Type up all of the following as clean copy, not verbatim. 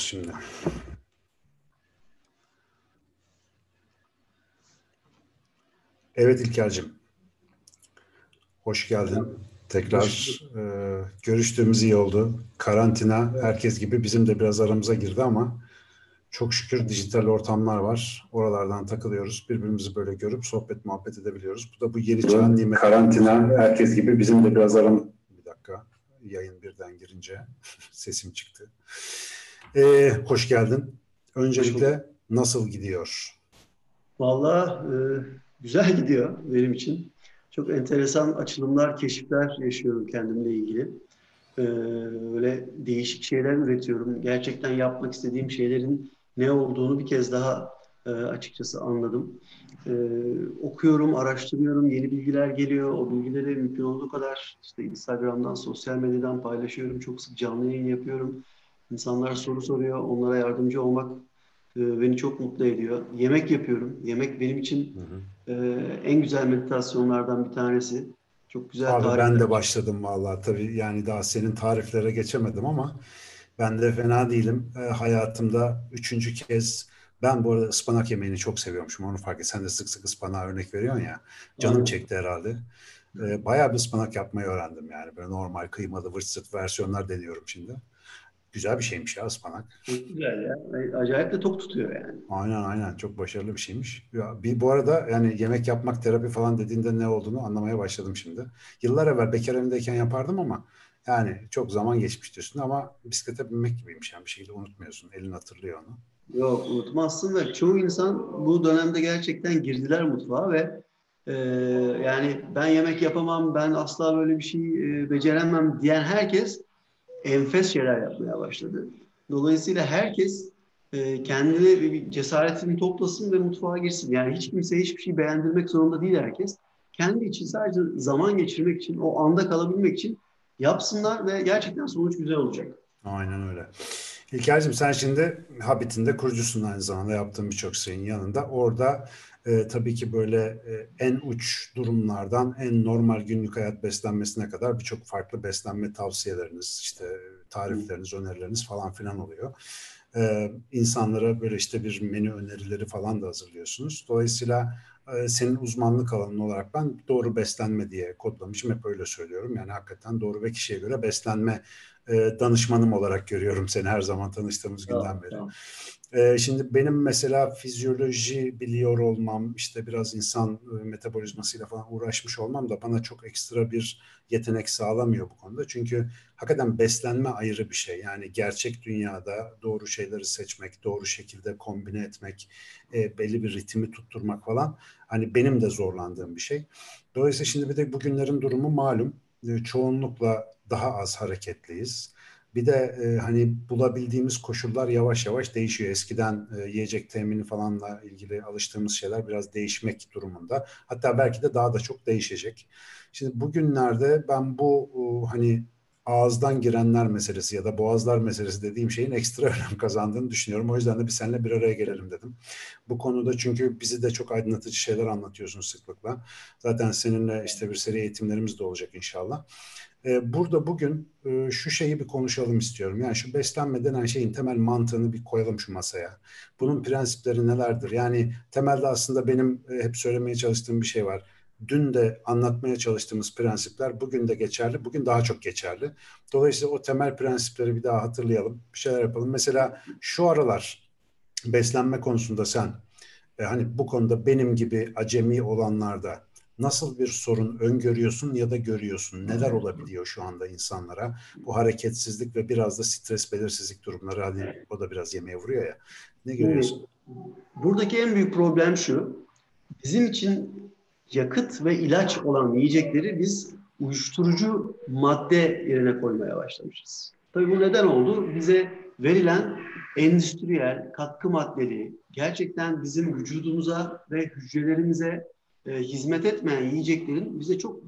şimdi. Evet İlker'cim, hoş geldin. Tekrar görüştüğümüz iyi oldu. Karantina herkes gibi bizim de biraz aramıza girdi ama çok şükür dijital ortamlar var. Oralardan takılıyoruz. Birbirimizi böyle görüp sohbet muhabbet edebiliyoruz. Bu da bu yeni çağın nimeti. Karantina herkes gibi bizim de biraz Bir dakika, yayın birden girince sesim çıktı. Hoş geldin. Öncelikle nasıl gidiyor? Vallahi güzel gidiyor benim için. Çok enteresan açılımlar, keşifler yaşıyorum kendimle ilgili. Böyle değişik şeyler üretiyorum. Gerçekten yapmak istediğim şeylerin ne olduğunu bir kez daha açıkçası anladım. E, Okuyorum, araştırıyorum, yeni bilgiler geliyor. O bilgileri mümkün olduğu kadar işte Instagram'dan, sosyal medyadan paylaşıyorum. Çok sık canlı yayın yapıyorum. İnsanlar soru soruyor, onlara yardımcı olmak beni çok mutlu ediyor. Yemek yapıyorum. Yemek benim için Hı hı. e, en güzel meditasyonlardan bir tanesi. Çok güzel Abi ben tarifler. de başladım vallahi. Tabii yani daha senin tariflere geçemedim ama ben de fena değilim. Hayatımda üçüncü kez ben bu arada ıspanak yemeğini çok seviyormuşum. Onu fark et. Sen de sık sık ıspanağa örnek veriyorsun ya. Canım Aynen. çekti herhalde. Bayağı bir ıspanak yapmayı öğrendim yani. Böyle normal kıymalı vırt zırt versiyonlar deniyorum şimdi. Güzel bir şeymiş ya ıspanak. Çok güzel ya. Acayip de tok tutuyor yani. Aynen aynen çok başarılı bir şeymiş. Ya, bu arada yani yemek yapmak terapi falan dediğinde ne olduğunu anlamaya başladım şimdi. Yıllar evvel bekar evindeyken yapardım ama yani çok zaman geçmiş diyorsun ama bisiklete binmek gibiymiş yani bir şekilde unutmuyorsun. Elin hatırlıyor onu. Yok unutmazsın ve çoğu insan bu dönemde gerçekten girdiler mutfağa ve e, yani ben yemek yapamam, ben asla böyle bir şey beceremem diyen herkes enfes şeyler yapmaya başladı. Dolayısıyla herkes kendini bir cesaretini toplasın ve mutfağa girsin. Yani hiç kimseye hiçbir şey beğendirmek zorunda değil herkes. Kendi için sadece zaman geçirmek için, o anda kalabilmek için yapsınlar ve gerçekten sonuç güzel olacak. Aynen öyle. İlker'cim sen şimdi Habit'in de kurucusun aynı zamanda yaptığın birçok şeyin yanında. Orada tabii ki böyle en uç durumlardan en normal günlük hayat beslenmesine kadar birçok farklı beslenme tavsiyeleriniz, işte tarifleriniz, önerileriniz falan filan oluyor. İnsanlara böyle işte bir menü önerileri falan da hazırlıyorsunuz. Dolayısıyla senin uzmanlık alanın olarak ben doğru beslenme diye kodlamışım. Hep öyle söylüyorum. Yani hakikaten doğru ve kişiye göre beslenme danışmanım olarak görüyorum seni her zaman tanıştığımız günden Tamam, beri. tamam. Şimdi benim mesela fizyoloji biliyor olmam, işte biraz insan metabolizmasıyla falan uğraşmış olmam da bana çok ekstra bir yetenek sağlamıyor bu konuda. Çünkü hakikaten beslenme ayrı bir şey. Yani gerçek dünyada doğru şeyleri seçmek, doğru şekilde kombine etmek, belli bir ritmi tutturmak falan hani benim de zorlandığım bir şey. Dolayısıyla şimdi bir de bugünlerin durumu malum. Çoğunlukla daha az hareketliyiz. Bir de hani bulabildiğimiz koşullar yavaş yavaş değişiyor. Eskiden yiyecek temini falanla ilgili alıştığımız şeyler biraz değişmek durumunda. Hatta belki de daha da çok değişecek. Şimdi bugünlerde ben bu hani ağızdan girenler meselesi ya da boğazlar meselesi dediğim şeyin ekstra önem kazandığını düşünüyorum. O yüzden de bir seninle bir araya gelelim dedim. Bu konuda çünkü bizi de çok aydınlatıcı şeyler anlatıyorsun sıklıkla. Zaten seninle işte bir seri eğitimlerimiz de olacak inşallah. Burada bugün şu şeyi bir konuşalım istiyorum. Yani şu beslenme denen şeyin temel mantığını bir koyalım şu masaya. Bunun prensipleri nelerdir? Yani temelde aslında benim hep söylemeye çalıştığım bir şey var. Dün de anlatmaya çalıştığımız prensipler bugün de geçerli, bugün daha çok geçerli. Dolayısıyla o temel prensipleri bir daha hatırlayalım, bir şeyler yapalım. Mesela şu aralar beslenme konusunda sen hani bu konuda benim gibi acemi olanlarda nasıl bir sorun öngörüyorsun ya da görüyorsun? Neler olabiliyor şu anda insanlara? Bu hareketsizlik ve biraz da stres, belirsizlik durumları hani o da biraz yemeğe vuruyor ya. Ne Şimdi görüyorsun? buradaki en büyük problem şu. Bizim için yakıt ve ilaç olan yiyecekleri biz uyuşturucu madde yerine koymaya başlamışız. Tabii bu neden oldu? Bize verilen endüstriyel, katkı maddeli, gerçekten bizim vücudumuza ve hücrelerimize hizmet etmeyen yiyeceklerin bize çok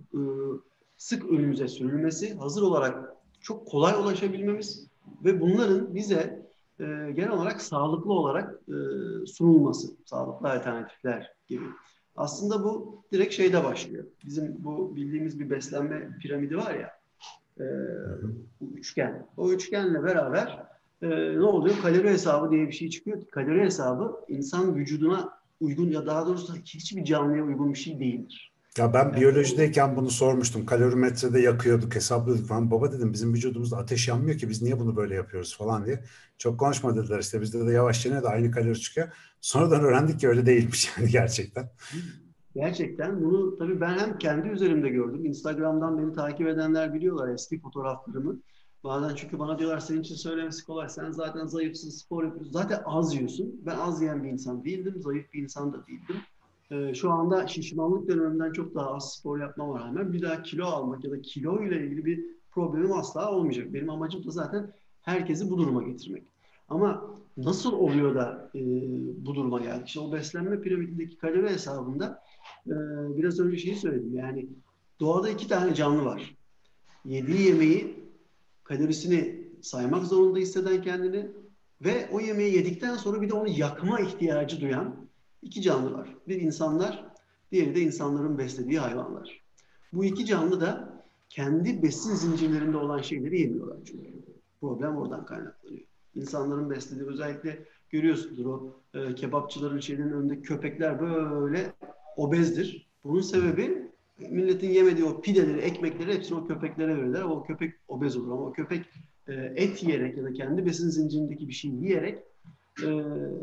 sık önümüze sürülmesi, hazır olarak çok kolay ulaşabilmemiz ve bunların bize genel olarak sağlıklı olarak sunulması, sağlıklı alternatifler gibi. Aslında bu direkt şeyde başlıyor. Bizim bu bildiğimiz bir beslenme piramidi var ya, e, Hı hı. bu üçgen. O üçgenle beraber ne oluyor? Kalori hesabı diye bir şey çıkıyor. Kalori hesabı insan vücuduna uygun, ya daha doğrusu hiçbir canlıya uygun bir şey değildir. Ya ben Yani, biyolojideyken bunu sormuştum. Kalorimetrede yakıyorduk, hesaplıyorduk falan. Baba dedim, bizim vücudumuzda ateş yanmıyor ki, biz niye bunu böyle yapıyoruz falan diye. Çok konuşma dediler işte, bizde de yavaş yanıyor da aynı kalori çıkıyor. Sonradan öğrendik ki öyle değilmiş yani gerçekten. gerçekten bunu tabii ben hem kendi üzerimde gördüm. Instagram'dan beni takip edenler biliyorlar eski fotoğraflarımı. Bazen çünkü bana diyorlar senin için söylemesi kolay. Sen zaten zayıfsın, spor yapıyorsun. Zaten az yiyorsun. Ben az yiyen bir insan değildim. Zayıf bir insan da değildim. Şu anda şişmanlık dönemimden çok daha az spor yapmama rağmen bir daha kilo almak ya da kilo ile ilgili bir problemim asla olmayacak. Benim amacım da zaten herkesi bu duruma getirmek. Ama nasıl oluyor da bu duruma geldik? İşte o beslenme piramidindeki kalori hesabında biraz önce şeyi söyledim. Yani doğada iki tane canlı var. Yediği yemeği, kalorisini saymak zorunda hisseden kendini ve o yemeği yedikten sonra bir de onu yakma ihtiyacı duyan iki canlı var. Bir insanlar, diğeri de insanların beslediği hayvanlar. Bu iki canlı da kendi besin zincirlerinde olan şeyleri yemiyorlar çünkü. Problem oradan kaynaklanıyor. İnsanların beslediği, özellikle görüyorsundur o kebapçıların şeylerin önünde köpekler böyle obezdir. Bunun sebebi milletin yemediği o pideleri, ekmekleri hepsini o köpeklere verirler. O köpek obez olur ama o köpek et yiyerek ya da kendi besin zincirindeki bir şey yiyerek e,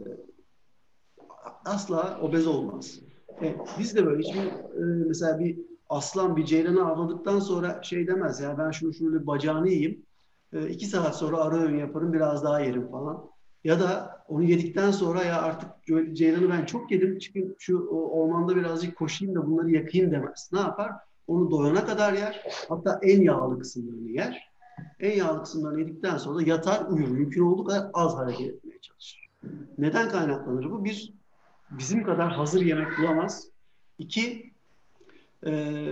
asla obez olmaz. Biz de böyle hiçbir mesela bir aslan bir ceylanı avladıktan sonra şey demez ya ben şunu şöyle bacağını yiyeyim. 2 saat sonra ara öğün yaparım biraz daha yerim falan. Ya da onu yedikten sonra ya artık ceylanı ben çok yedim çıkayım şu ormanda birazcık koşayım da bunları yakayım demez. Ne yapar? Onu doyana kadar yer. Hatta en yağlı kısımlarını yer. En yağlı kısımlarını yedikten sonra da yatar uyur. Mümkün olduğu kadar az hareket etmeye çalışır. Neden kaynaklanır bu? Bir, bizim kadar hazır yemek bulamaz. İki, e,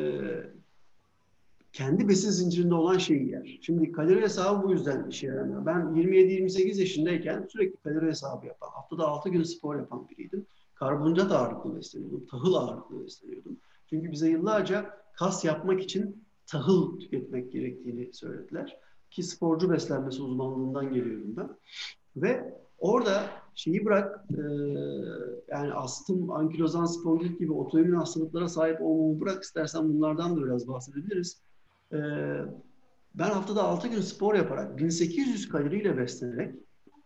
kendi besin zincirinde olan şeyi yer. Şimdi kalori hesabı bu yüzden işe yaramıyor. Ben 27-28 yaşındayken sürekli kalori hesabı yapan, haftada 6 gün spor yapan biriydim. Karbonhidrat ağırlıklı besleniyordum, tahıl ağırlıklı besleniyordum. Çünkü bize yıllarca kas yapmak için tahıl tüketmek gerektiğini söylediler. Ki sporcu beslenmesi uzmanlığından geliyorum ben. Ve orada şeyi bırak, yani astım, ankilozan spondilit gibi otoimmün hastalıklara sahip olmamı bırak, istersen bunlardan da biraz bahsedebiliriz. E, Ben haftada 6 gün spor yaparak 1800 kaloriyle beslenerek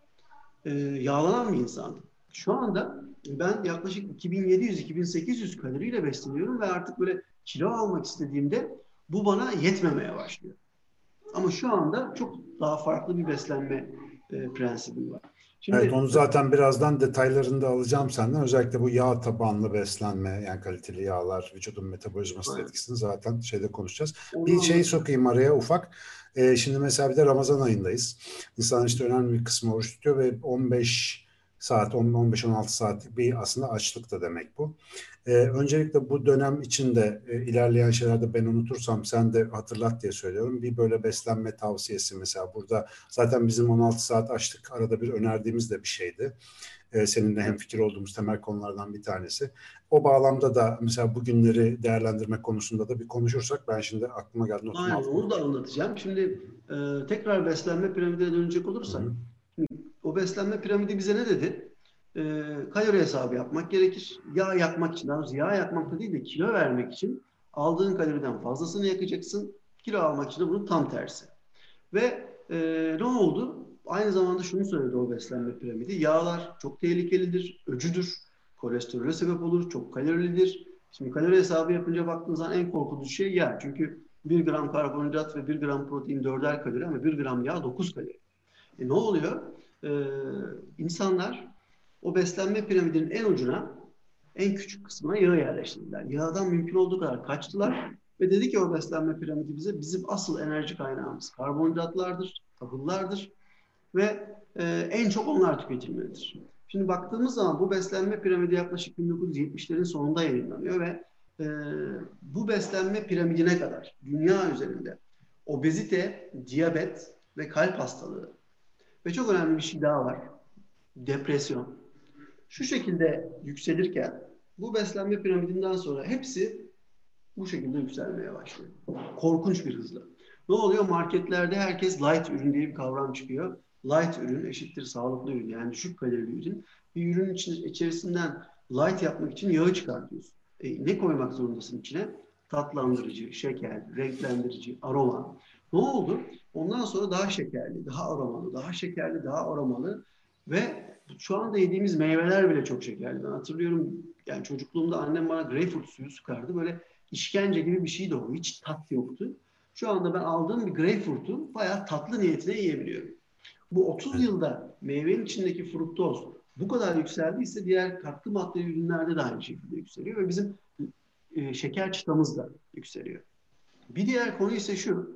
yağlanan bir insandım. Şu anda ben yaklaşık 2700-2800 kaloriyle besleniyorum ve artık böyle kilo almak istediğimde bu bana yetmemeye başlıyor. Ama şu anda çok daha farklı bir beslenme prensibim var. Evet, Şimdi onu zaten birazdan detaylarını da alacağım senden. Özellikle bu yağ tabanlı beslenme, yani kaliteli yağlar, vücudun metabolizması etkisini zaten şeyde konuşacağız. onu Bir şey anlatayım. sokayım araya ufak. Şimdi mesela bir de Ramazan ayındayız. İnsan işte önemli bir kısmı oruç tutuyor ve 15 saat, 15-16 saat bir aslında açlık da demek bu. Öncelikle bu dönem içinde ilerleyen şeylerde ben unutursam sen de hatırlat diye söylüyorum. Bir böyle beslenme tavsiyesi mesela burada zaten bizim 16 saat açlık arada bir önerdiğimiz de bir şeydi. Seninle hemfikir olduğumuz temel konulardan bir tanesi. O bağlamda da mesela bu günleri değerlendirme konusunda da bir konuşursak, ben şimdi aklıma geldi, notumu Aynen aldım. onu da anlatacağım. Şimdi tekrar beslenme piramidine dönecek Hı olursak, hı. o beslenme piramidi bize ne dedi? Kalori hesabı yapmak gerekir. Yağ yakmak için, daha doğrusu yağ yakmak da değil de kilo vermek için aldığın kaloriden fazlasını yakacaksın. Kilo almak için de bunun tam tersi. Ve ne oldu? Aynı zamanda şunu söyledi o beslenme piramidi. Yağlar çok tehlikelidir, öcüdür, kolesterole sebep olur, çok kalorilidir. Şimdi kalori hesabı yapınca baktığınız zaman en korkutucu şey yağ. Çünkü 1 gram karbonhidrat ve 1 gram protein 4'er kalori ama 1 gram yağ 9 kalori. Ne oluyor? İnsanlar o beslenme piramidinin en ucuna, en küçük kısmına yağı yerleştirdiler. Yağdan mümkün olduğu kadar kaçtılar ve dedi ki o beslenme piramidi bize bizim asıl enerji kaynağımız karbonhidratlardır, tahıllardır ve en çok onlar tüketilmelidir. Şimdi baktığımız zaman bu beslenme piramidi yaklaşık 1970'lerin sonunda yayınlanıyor ve e, bu beslenme piramidine kadar dünya üzerinde obezite, diyabet ve kalp hastalığı ve çok önemli bir şey daha var. Depresyon. Şu şekilde yükselirken bu beslenme piramidinden sonra hepsi bu şekilde yükselmeye başlıyor. Korkunç bir hızla. Ne oluyor? Marketlerde herkes light ürün diye bir kavram çıkıyor. Light ürün eşittir sağlıklı ürün. Yani düşük kalorili ürün. Bir ürünün içerisinden light yapmak için yağı çıkartıyorsun. Ne koymak zorundasın içine? Tatlandırıcı, şeker, renklendirici, aroma. Ne oldu? Ondan sonra daha şekerli, daha aromalı, daha şekerli, daha aromalı ve şu anda yediğimiz meyveler bile çok şekerli. Ben hatırlıyorum, yani çocukluğumda annem bana greyfurt suyu sıkardı. Böyle işkence gibi bir şeydi o. Hiç tat yoktu. Şu anda ben aldığım bir greyfurtu bayağı tatlı niyetine yiyebiliyorum. Bu 30 yılda meyvenin içindeki fruktoz bu kadar yükseldiyse diğer katkı maddeli ürünlerde de aynı şekilde yükseliyor ve bizim şeker çıtamız da yükseliyor. Bir diğer konu ise şu,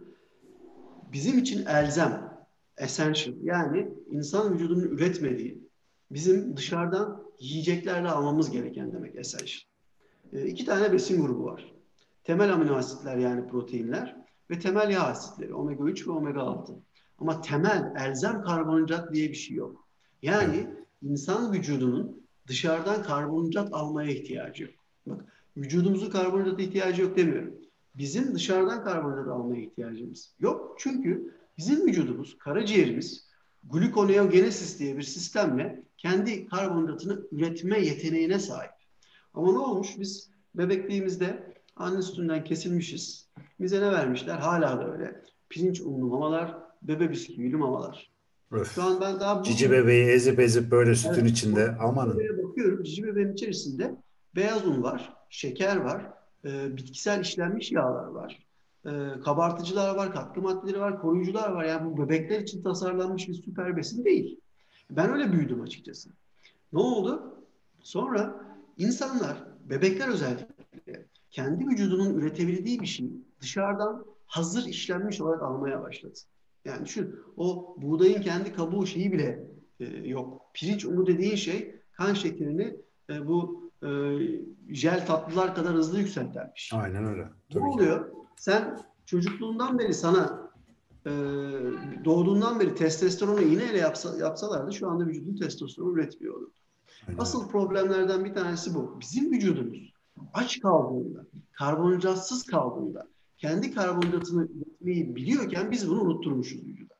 bizim için elzem, essential, yani insan vücudunun üretmediği, bizim dışarıdan yiyeceklerle almamız gereken demek essential. İki tane besin grubu var. Temel amino asitler, yani proteinler ve temel yağ asitleri, omega 3 ve omega 6. Ama temel, elzem karbonhidrat diye bir şey yok. Yani insan vücudunun dışarıdan karbonhidrat almaya ihtiyacı yok. Bak, vücudumuzun karbonhidrata ihtiyacı yok demiyorum. Bizim dışarıdan karbonhidrat almaya ihtiyacımız yok. Çünkü bizim vücudumuz, karaciğerimiz gluconeogenesis diye bir sistemle kendi karbonhidratını üretme yeteneğine sahip. Ama ne olmuş? Biz bebekliğimizde anne sütünden kesilmişiz. Bize ne vermişler? Hala da öyle. Pirinç unlu mamalar, bebe bisküvili mamalar. Şu Öf. an ben daha Cici bugün, bebeği ezip ezip böyle sütün evet, o içinde, cici amanın. bebeğe bakıyorum. Cici bebeğin içerisinde beyaz un var, şeker var, bitkisel işlenmiş yağlar var, kabartıcılar var, katkı maddeleri var, koruyucular var. Yani bu bebekler için tasarlanmış bir süper besin değil. Ben öyle büyüdüm açıkçası. Ne oldu? Sonra insanlar, bebekler özellikle, kendi vücudunun üretebildiği bir şeyi dışarıdan hazır işlenmiş olarak almaya başladı. Yani şu, o buğdayın kendi kabuğu şeyi bile yok. Pirinç unu dediğin şey kan şekerini bu jel tatlılar kadar hızlı yükseltermiş. Aynen öyle. Ne Tabii ki. oluyor? Sen çocukluğundan beri sana e, doğduğundan beri testosteronu iğneyle yapsalardı şu anda vücudun testosteron üretmiyor olurdu. Aynen öyle. Asıl problemlerden bir tanesi bu. Bizim vücudumuz aç kaldığında, karbonhidratsız kaldığında kendi karbonhidratını üretmeyi biliyorken biz bunu unutturmuşuz vücuda.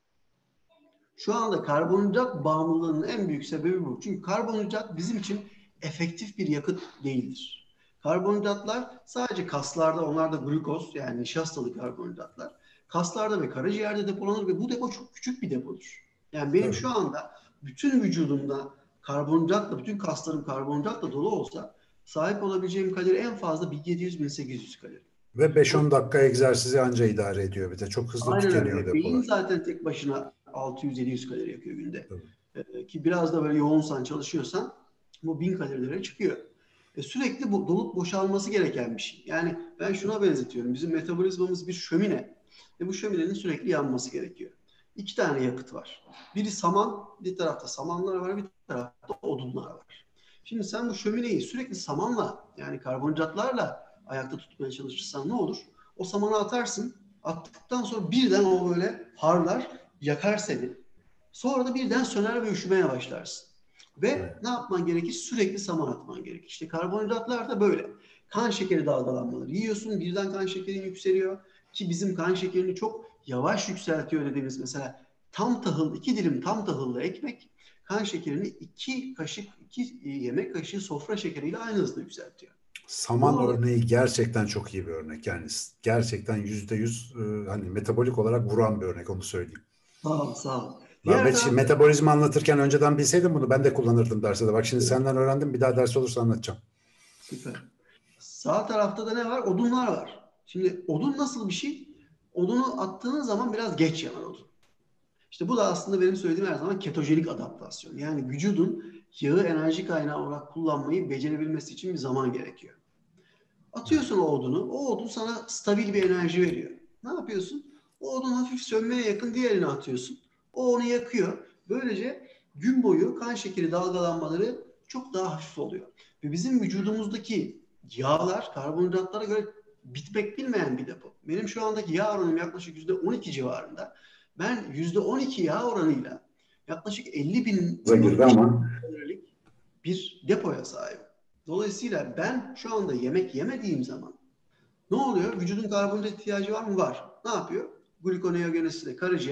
Şu anda karbonhidrat bağımlılığının en büyük sebebi bu. Çünkü karbonhidrat bizim için efektif bir yakıt değildir. Karbonhidratlar sadece kaslarda, onlar da glukoz, yani nişastalı karbonhidratlar, kaslarda ve karaciğerde depolanır ve bu depo çok küçük bir depodur. Yani benim Tabii. şu anda bütün vücudumda karbonhidratla, bütün kaslarım karbonhidratla dolu olsa sahip olabileceğim kalori en fazla 1700-1800 kalori. Ve Bu 5-10 dakika egzersizi anca idare ediyor bir de. Çok hızlı aynen tükeniyor öyle. Beyin depolar. zaten tek başına 600-700 kalori yakıyor günde. Tabii. Ki biraz da böyle yoğunsan, çalışıyorsan bu 1000 kalorilere çıkıyor. Sürekli dolup boşalması gereken bir şey. Yani ben şuna benzetiyorum. Bizim metabolizmamız bir şömine. Ve bu şöminenin sürekli yanması gerekiyor. İki tane yakıt var. Biri saman, bir tarafta samanlar var, bir tarafta odunlar var. Şimdi sen bu şömineyi sürekli samanla, yani karbonhidratlarla ayakta tutmaya çalışırsan ne olur? O samanı atarsın. Attıktan sonra birden o böyle harlar, yakar seni. Sonra da birden söner ve üşümeye başlarsın. Ve Evet. ne yapman gerekir? Sürekli saman atman gerekir. İşte karbonhidratlar da böyle. Kan şekeri dalgalanmaları. Yiyorsun, birden kan şekerin yükseliyor. Ki bizim kan şekerini çok yavaş yükseltiyor dediğimiz, mesela tam tahıl, 2 dilim tam tahıllı ekmek kan şekerini 2 kaşık, 2 yemek kaşığı sofra şekeriyle aynı hızda yükseltiyor. Ne Saman oluyor? örneği gerçekten çok iyi bir örnek. Yani gerçekten %100 hani metabolik olarak vuran bir örnek, onu söyleyeyim. Sağ ol, sağ ol. Ben Diğer tarafta metabolizma anlatırken önceden bilseydim bunu ben de kullanırdım derste de. Bak şimdi senden öğrendim, bir daha ders olursa anlatacağım. süper. Sağ tarafta da ne var? Odunlar var. Şimdi odun nasıl bir şey? Odunu attığın zaman biraz geç yanar odun. İşte bu da aslında benim söylediğim her zaman ketojenik adaptasyon. Yani vücudun yağı enerji kaynağı olarak kullanmayı becerebilmesi için bir zaman gerekiyor. Atıyorsun o odunu, o odun sana stabil bir enerji veriyor. Ne yapıyorsun? O odun hafif sönmeye yakın, diğerini atıyorsun. O onu yakıyor. Böylece gün boyu kan şekeri dalgalanmaları çok daha hafif oluyor. Ve bizim vücudumuzdaki yağlar karbonhidratlara göre bitmek bilmeyen bir depo. Benim şu andaki yağ oranım yaklaşık %12 civarında. Ben %12 yağ oranıyla yaklaşık 50 bin Girdi ama kalorilik bir depoya sahip. Dolayısıyla ben şu anda yemek yemediğim zaman ne oluyor? Vücudun karbonhidrat ihtiyacı var mı? Var. Ne yapıyor? Glukoneogenesis ile karaciğer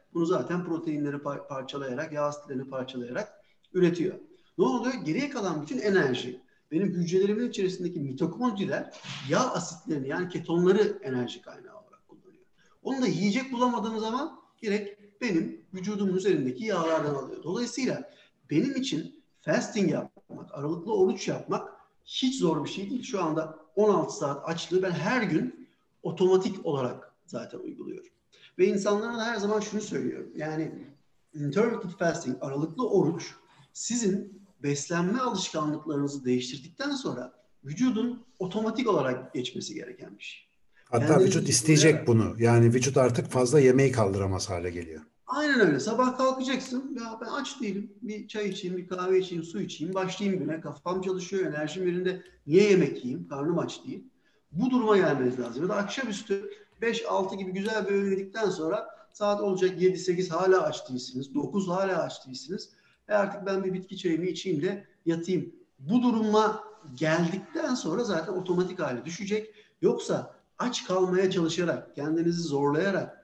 Bunu zaten proteinleri parçalayarak, yağ asitlerini parçalayarak üretiyor. Ne oluyor? Geriye kalan bütün enerji, benim hücrelerimin içerisindeki mitokondriler yağ asitlerini, yani ketonları enerji kaynağı olarak kullanıyor. Onu da yiyecek bulamadığım zaman direkt benim vücudumun üzerindeki yağlardan alıyor. Dolayısıyla benim için fasting yapmak, aralıklı oruç yapmak hiç zor bir şey değil. Şu anda 16 saat açlığı ben her gün otomatik olarak zaten uyguluyorum. Ve insanlara da her zaman şunu söylüyorum. Yani intermittent fasting, aralıklı oruç sizin beslenme alışkanlıklarınızı değiştirdikten sonra vücudun otomatik olarak geçmesi gereken bir şey. Hatta Kendinizi vücut isteyecek zorlayarak. bunu. Yani vücut artık fazla yemeği kaldıramaz hale geliyor. Aynen öyle. Sabah kalkacaksın. Ya ben aç değilim. Bir çay içeyim, bir kahve içeyim, su içeyim. Başlayayım güne. Kafam çalışıyor, enerjim yerinde. Niye yemek yiyeyim? Karnım aç değil. Bu duruma gelmeniz lazım. Ya da akşamüstü 5-6 gibi güzel bir öğün yedikten sonra saat olacak 7-8 hala aç değilsiniz. 9 hala aç değilsiniz. Artık ben bir bitki çayımı içeyim de yatayım. Bu duruma geldikten sonra zaten otomatik hale düşecek. Yoksa aç kalmaya çalışarak, kendinizi zorlayarak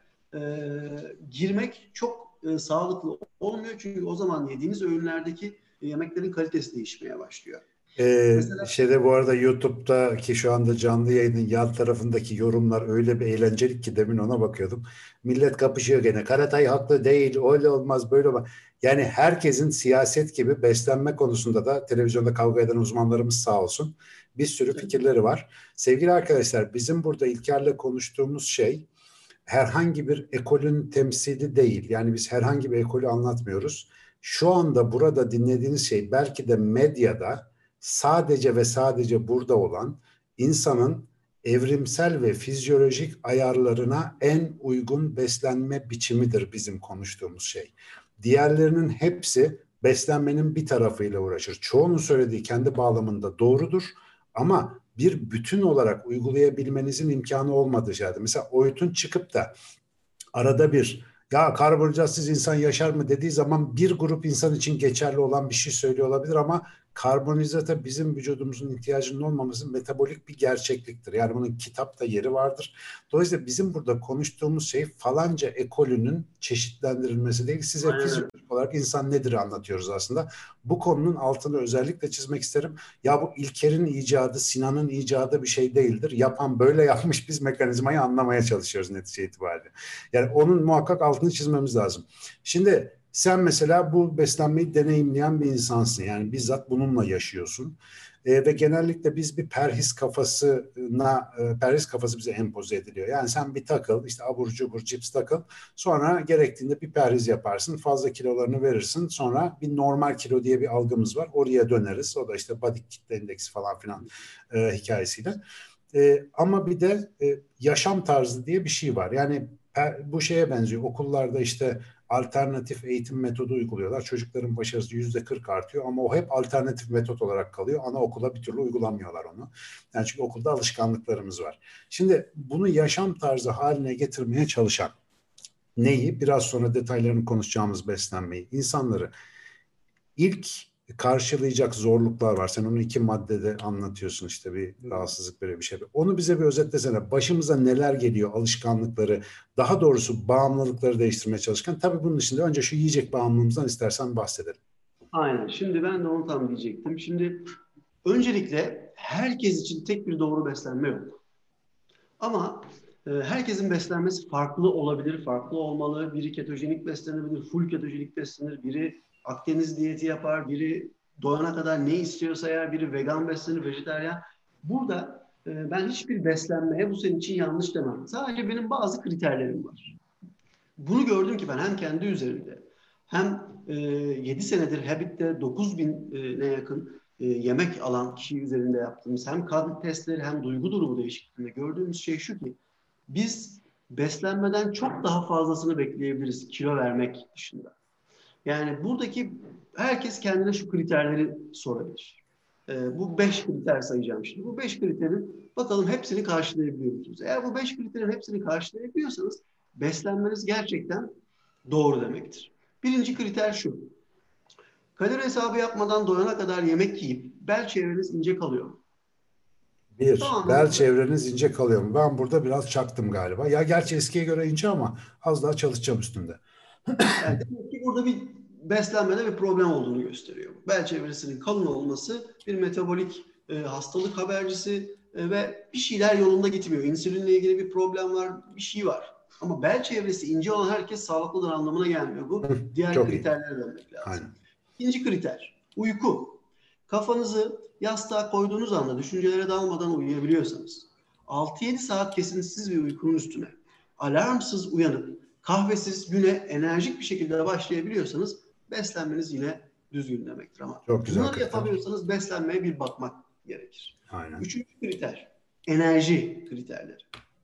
girmek çok sağlıklı olmuyor. Çünkü o zaman yediğiniz öğünlerdeki yemeklerin kalitesi değişmeye başlıyor. Mesela Şeyde bu arada YouTube'daki şu anda canlı yayının yan tarafındaki yorumlar öyle bir eğlencelik ki demin ona bakıyordum. Millet kapışıyor gene. Karatay haklı değil, öyle olmaz, böyle olmaz. Yani herkesin siyaset gibi beslenme konusunda da televizyonda kavga eden uzmanlarımız sağ olsun. Bir sürü fikirleri var. Sevgili arkadaşlar, bizim burada İlker'le konuştuğumuz şey herhangi bir ekolün temsili değil. Yani biz herhangi bir ekolü anlatmıyoruz. Şu anda burada dinlediğiniz şey belki de medyada sadece ve sadece burada olan insanın evrimsel ve fizyolojik ayarlarına en uygun beslenme biçimidir bizim konuştuğumuz şey. Diğerlerinin hepsi beslenmenin bir tarafıyla uğraşır. Çoğunun söylediği kendi bağlamında doğrudur ama bir bütün olarak uygulayabilmenizin imkanı olmadığı şeydir. Mesela OYTU'nun çıkıp da arada bir ya karbonhidratsız insan yaşar mı dediği zaman bir grup insan için geçerli olan bir şey söylüyor olabilir ama karbonhidrata bizim vücudumuzun ihtiyacının olmaması metabolik bir gerçekliktir. Yani bunun kitapta yeri vardır. Dolayısıyla bizim burada konuştuğumuz şey falanca ekolünün çeşitlendirilmesi değil. Size aynen öyle. fizyolojik olarak insan nedir anlatıyoruz aslında. Bu konunun altını özellikle çizmek isterim. Ya bu İlker'in icadı, Sinan'ın icadı bir şey değildir. Yapan böyle yapmış, biz mekanizmayı anlamaya çalışıyoruz netice itibariyle. Yani onun muhakkak altını çizmemiz lazım. Şimdi sen mesela bu beslenmeyi deneyimleyen bir insansın. Yani bizzat bununla yaşıyorsun. Ve genellikle biz bir perhis kafası bize empoze ediliyor. Yani sen bir takıl, işte abur cubur cips takıl. Sonra gerektiğinde bir perhiz yaparsın. Fazla kilolarını verirsin. Sonra bir normal kilo diye bir algımız var. Oraya döneriz. O da işte body kitle indeksi falan filan hikayesiyle. Ama bir de yaşam tarzı diye bir şey var. Yani bu şeye benziyor. Okullarda işte alternatif eğitim metodu uyguluyorlar. Çocukların başarısı %40 artıyor ama o hep alternatif metot olarak kalıyor. Anaokula bir türlü uygulamıyorlar onu. Yani çünkü okulda alışkanlıklarımız var. Şimdi bunu yaşam tarzı haline getirmeye çalışan neyi? Biraz sonra detaylarını konuşacağımız beslenmeyi. İnsanları ilk karşılayacak zorluklar var. Sen onu 2 maddede anlatıyorsun, işte bir rahatsızlık, böyle bir şey. Onu bize bir özetlesene. Başımıza neler geliyor, alışkanlıkları, daha doğrusu bağımlılıkları değiştirmeye çalışırken. Tabii bunun dışında önce şu yiyecek bağımlılığımızdan istersen bahsedelim. Aynen. Şimdi ben de onu tam diyecektim. Şimdi öncelikle herkes için tek bir doğru beslenme yok. Ama herkesin beslenmesi farklı olabilir, farklı olmalı. Biri ketojenik beslenebilir, full ketojenik beslenir. Biri Akdeniz diyeti yapar, biri doyana kadar ne istiyorsa yer, biri vegan beslenir, vejetaryen. Burada ben hiçbir beslenmeye bu senin için yanlış demem. Sadece benim bazı kriterlerim var. Bunu gördüm ki ben hem kendi üzerimde hem 7 senedir Habit'te 9.000'e yakın yemek alan kişi üzerinde yaptığımız hem kan testleri hem duygu durumu değişikliğinde gördüğümüz şey şu ki biz beslenmeden çok daha fazlasını bekleyebiliriz kilo vermek dışında. Yani buradaki herkes kendine şu kriterleri sorabilir. Bu 5 kriter sayacağım şimdi. Bu 5 kriterin bakalım hepsini karşılayabiliyor musunuz? Eğer bu 5 kriterin hepsini karşılayabiliyorsanız beslenmeniz gerçekten doğru demektir. Birinci kriter şu. Kalori hesabı yapmadan doyana kadar yemek yiyip bel çevreniz ince kalıyor. Bir, Tamamen bel bu kadar. çevreniz ince kalıyor mu? Ben burada biraz çaktım galiba. Ya gerçi eskiye göre ince ama az daha çalışacağım üstünde. Yani demek ki burada bir beslenmede bir problem olduğunu gösteriyor. Bel çevresinin kalın olması bir metabolik hastalık habercisi ve bir şeyler yolunda gitmiyor. İnsülinle ilgili bir problem var, bir şey var. Ama bel çevresi ince olan herkes sağlıklıdır anlamına gelmiyor bu. Diğer Çok iyi. kriterlere dönmek lazım. Aynen. İkinci kriter, uyku. Kafanızı yastığa koyduğunuz anda düşüncelere dalmadan uyuyabiliyorsanız, 6-7 saat kesintisiz bir uykunun üstüne alarmsız uyanıp kahvesiz güne enerjik bir şekilde başlayabiliyorsanız beslenmeniz yine düzgün demektir. Ama Çok güzel bunları kriter. yapamıyorsanız beslenmeye bir bakmak gerekir. Aynen. Üçüncü kriter, enerji kriterleri.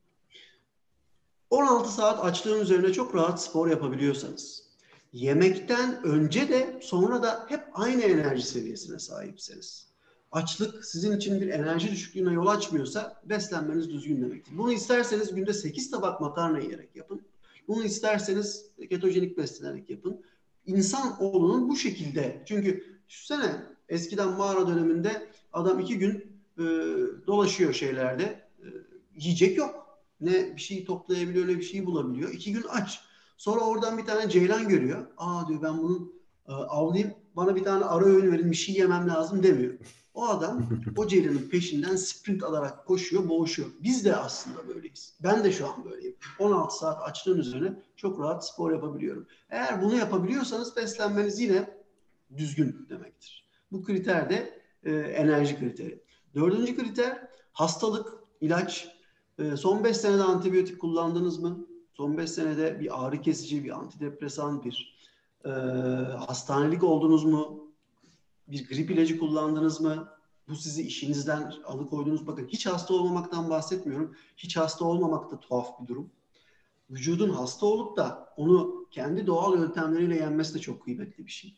16 saat açlığın üzerine çok rahat spor yapabiliyorsanız, yemekten önce de sonra da hep aynı enerji seviyesine sahipseniz, açlık sizin için bir enerji düşüklüğüne yol açmıyorsa beslenmeniz düzgün demektir. Bunu isterseniz günde 8 tabak makarna yiyerek yapın. Bunu isterseniz ketojenik beslenerek yapın. İnsanoğlunun bu şekilde, çünkü düşünsene eskiden mağara döneminde adam 2 gün dolaşıyor şeylerde, yiyecek yok. Ne bir şey toplayabiliyor ne bir şey bulabiliyor. 2 gün aç. Sonra oradan bir tane ceylan görüyor. Aa diyor, ben bunu avlayayım, bana bir tane ara öğün verin, bir şey yemem lazım demiyor. O adam o ceylanın peşinden sprint alarak koşuyor, boğuşuyor. Biz de aslında böyleyiz. Ben de şu an böyleyim. 16 saat açlığın üzerine çok rahat spor yapabiliyorum. Eğer bunu yapabiliyorsanız beslenmeniz yine düzgün demektir. Bu kriter de enerji kriteri. Dördüncü kriter hastalık, ilaç. Son 5 senede antibiyotik kullandınız mı? Son 5 senede bir ağrı kesici, bir antidepresan, bir hastanelik oldunuz mu? Bir grip ilacı kullandınız mı? Bu sizi işinizden alıkoydunuz. Bakın, hiç hasta olmamaktan bahsetmiyorum. Hiç hasta olmamak da tuhaf bir durum. Vücudun hasta olup da onu kendi doğal yöntemleriyle yenmesi de çok kıymetli bir şey.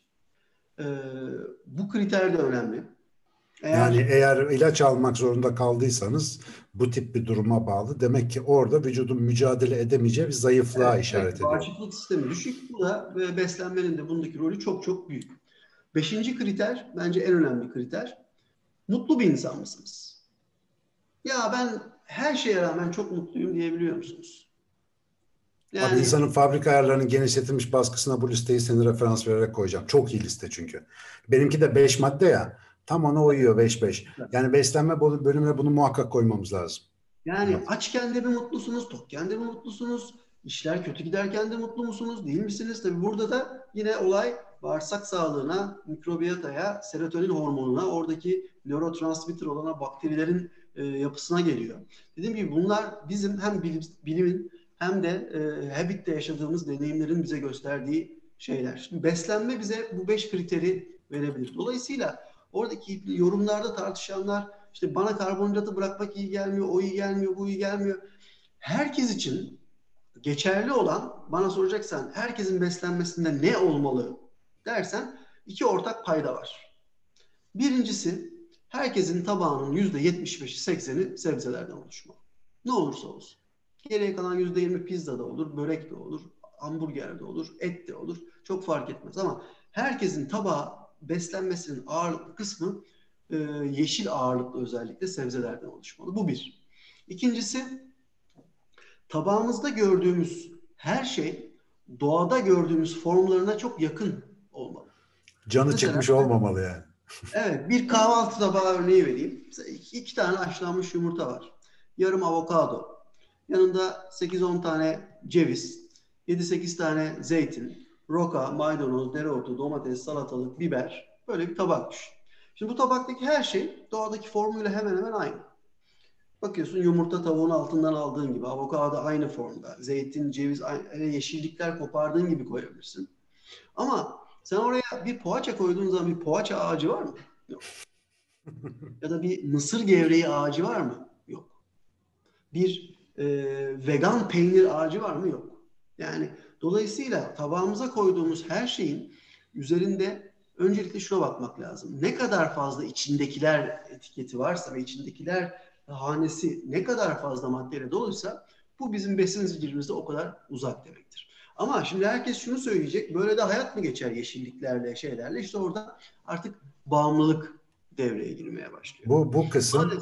Bu kriter de önemli. Yani eğer ilaç almak zorunda kaldıysanız bu tip bir duruma bağlı. Demek ki orada vücudun mücadele edemeyeceği bir zayıflığa işaret Evet, ediyor. bağışıklık sistemi düşük. Bu da beslenmenin de bundaki rolü çok çok büyük. Beşinci kriter, bence en önemli kriter. Mutlu bir insan mısınız? Ya ben her şeye rağmen çok mutluyum diyebiliyor musunuz? Abi, Yani insanın fabrika ayarlarının genişletilmiş baskısına bu listeyi seni referans vererek koyacağım. Çok iyi liste çünkü. Benimki de 5 madde ya. Tam ona uyuyor 5-5. Yani beslenme bölümüne bunu muhakkak koymamız lazım. yani Evet. açken de mi mutlusunuz, tokken de mi mutlusunuz? İşler kötü giderken de mutlu musunuz, değil misiniz? Tabii burada da yine olay bağırsak sağlığına, mikrobiyotaya, serotonin hormonuna, oradaki nörotransmitter olana bakterilerin yapısına geliyor. Dediğim gibi bunlar bizim hem bilimin hem de Habit'te yaşadığımız deneyimlerin bize gösterdiği şeyler. Şimdi beslenme bize bu 5 kriteri verebilir. Dolayısıyla oradaki yorumlarda tartışanlar, işte bana karbonhidratı bırakmak iyi gelmiyor, o iyi gelmiyor, bu iyi gelmiyor. Herkes için geçerli olan, bana soracaksan herkesin beslenmesinde ne olmalı dersen, 2 ortak payda var. Birincisi, herkesin tabağının %75'i 80'i sebzelerden oluşmalı. Ne olursa olsun. Geriye kalan %20 pizza da olur, börek de olur, hamburger de olur, et de olur. Çok fark etmez ama herkesin tabağı beslenmesinin ağırlıklı kısmı yeşil ağırlıklı özellikle sebzelerden oluşmalı. Bu bir. İkincisi, tabağımızda gördüğümüz her şey doğada gördüğümüz formlarına çok yakın olmalı. Canı Mesela çıkmış olmamalı yani. evet, bir kahvaltı tabağı örneği vereyim. Mesela 2 tane haşlanmış yumurta var. Yarım avokado. Yanında 8-10 tane ceviz. 7-8 tane zeytin. Roka, maydanoz, dereotu, domates, salatalık, biber. Böyle bir tabak düşün. Şimdi bu tabaktaki her şey doğadaki formuyla hemen hemen aynı. Bakıyorsun, yumurta tavuğun altından aldığın gibi. Avokado aynı formda. Zeytin, ceviz, yeşillikler kopardığın gibi koyabilirsin. Ama sen oraya bir poğaça koyduğun zaman bir poğaça ağacı var mı? Yok. Ya da bir mısır gevreği ağacı var mı? Yok. Bir vegan peynir ağacı var mı? Yok. Yani dolayısıyla tabağımıza koyduğumuz her şeyin üzerinde öncelikle şuna bakmak lazım. Ne kadar fazla içindekiler etiketi varsa ve içindekiler hanesi ne kadar fazla maddeyle doluysa, bu bizim besin zincirimizde o kadar uzak demektir. Ama şimdi herkes şunu söyleyecek: böyle de hayat mı geçer yeşilliklerle, şeylerle? İşte orada artık bağımlılık devreye girmeye başlıyor. Bu kısım Maalesef.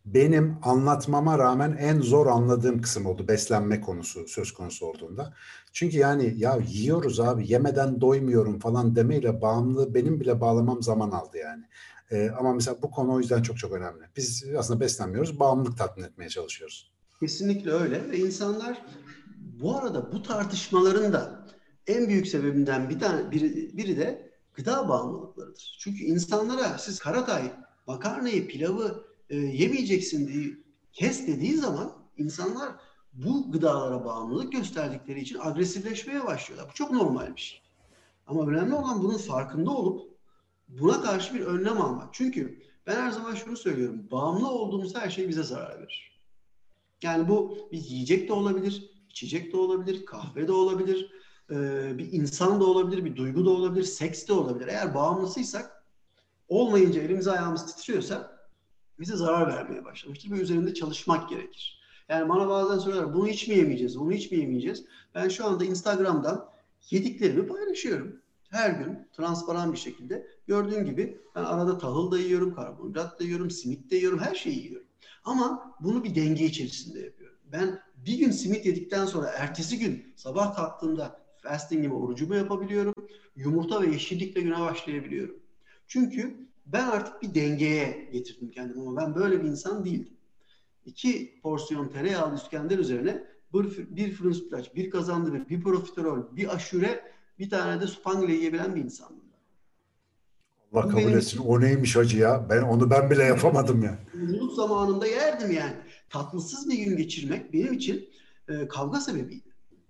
benim anlatmama rağmen en zor anladığım kısım oldu beslenme konusu söz konusu olduğunda. Çünkü yani ya yiyoruz abi yemeden doymuyorum falan demeyle bağımlılığı benim bile bağlamam zaman aldı yani. Ama mesela bu konu o yüzden çok çok önemli. Biz aslında beslenmiyoruz, bağımlılık tatmin etmeye çalışıyoruz. Kesinlikle öyle ve insanlar bu arada bu tartışmaların da en büyük sebebinden biri de gıda bağımlılıklarıdır. Çünkü insanlara siz Karatay makarnayı, pilavı yemeyeceksin diye kes dediği zaman insanlar bu gıdalara bağımlılık gösterdikleri için agresifleşmeye başlıyorlar. Bu çok normal bir şey. Ama önemli olan bunun farkında olup buna karşı bir önlem almak. Çünkü ben her zaman şunu söylüyorum. Bağımlı olduğumuz her şey bize zarar verir. Yani bu bir yiyecek de olabilir, içecek de olabilir, kahve de olabilir, bir insan da olabilir, bir duygu da olabilir, seks de olabilir. Eğer bağımlısıysak, olmayınca elimiz ayağımız titriyorsa bize zarar vermeye başlamıştır ve üzerinde çalışmak gerekir. Yani bana bazen soruyorlar, bunu hiç mi yemeyeceğiz, bunu hiç mi yemeyeceğiz? Ben şu anda Instagram'dan yediklerimi paylaşıyorum. Her gün transparan bir şekilde. Gördüğün gibi ben arada tahıl da yiyorum, karbonhidrat da yiyorum, simit de yiyorum, her şeyi yiyorum. Ama bunu bir denge içerisinde yapıyorum. Ben bir gün simit yedikten sonra ertesi gün sabah kalktığımda fastingimi, orucumu yapabiliyorum. Yumurta ve yeşillikle güne başlayabiliyorum. Çünkü ben artık bir dengeye getirdim kendimi ama ben böyle bir insan değildim. 2 porsiyon tereyağlı İskender üzerine bir fırın sütlaç, bir kazandibi, bir profiterol, bir aşure, bir tane de spangle yiyebilen bir insandım. Allah Bu kabul benim etsin. için O neymiş hacı ya? Ben bile yapamadım ya. yolculuk zamanında yerdim yani. Tatlısız bir gün geçirmek benim için kavga sebebiydi.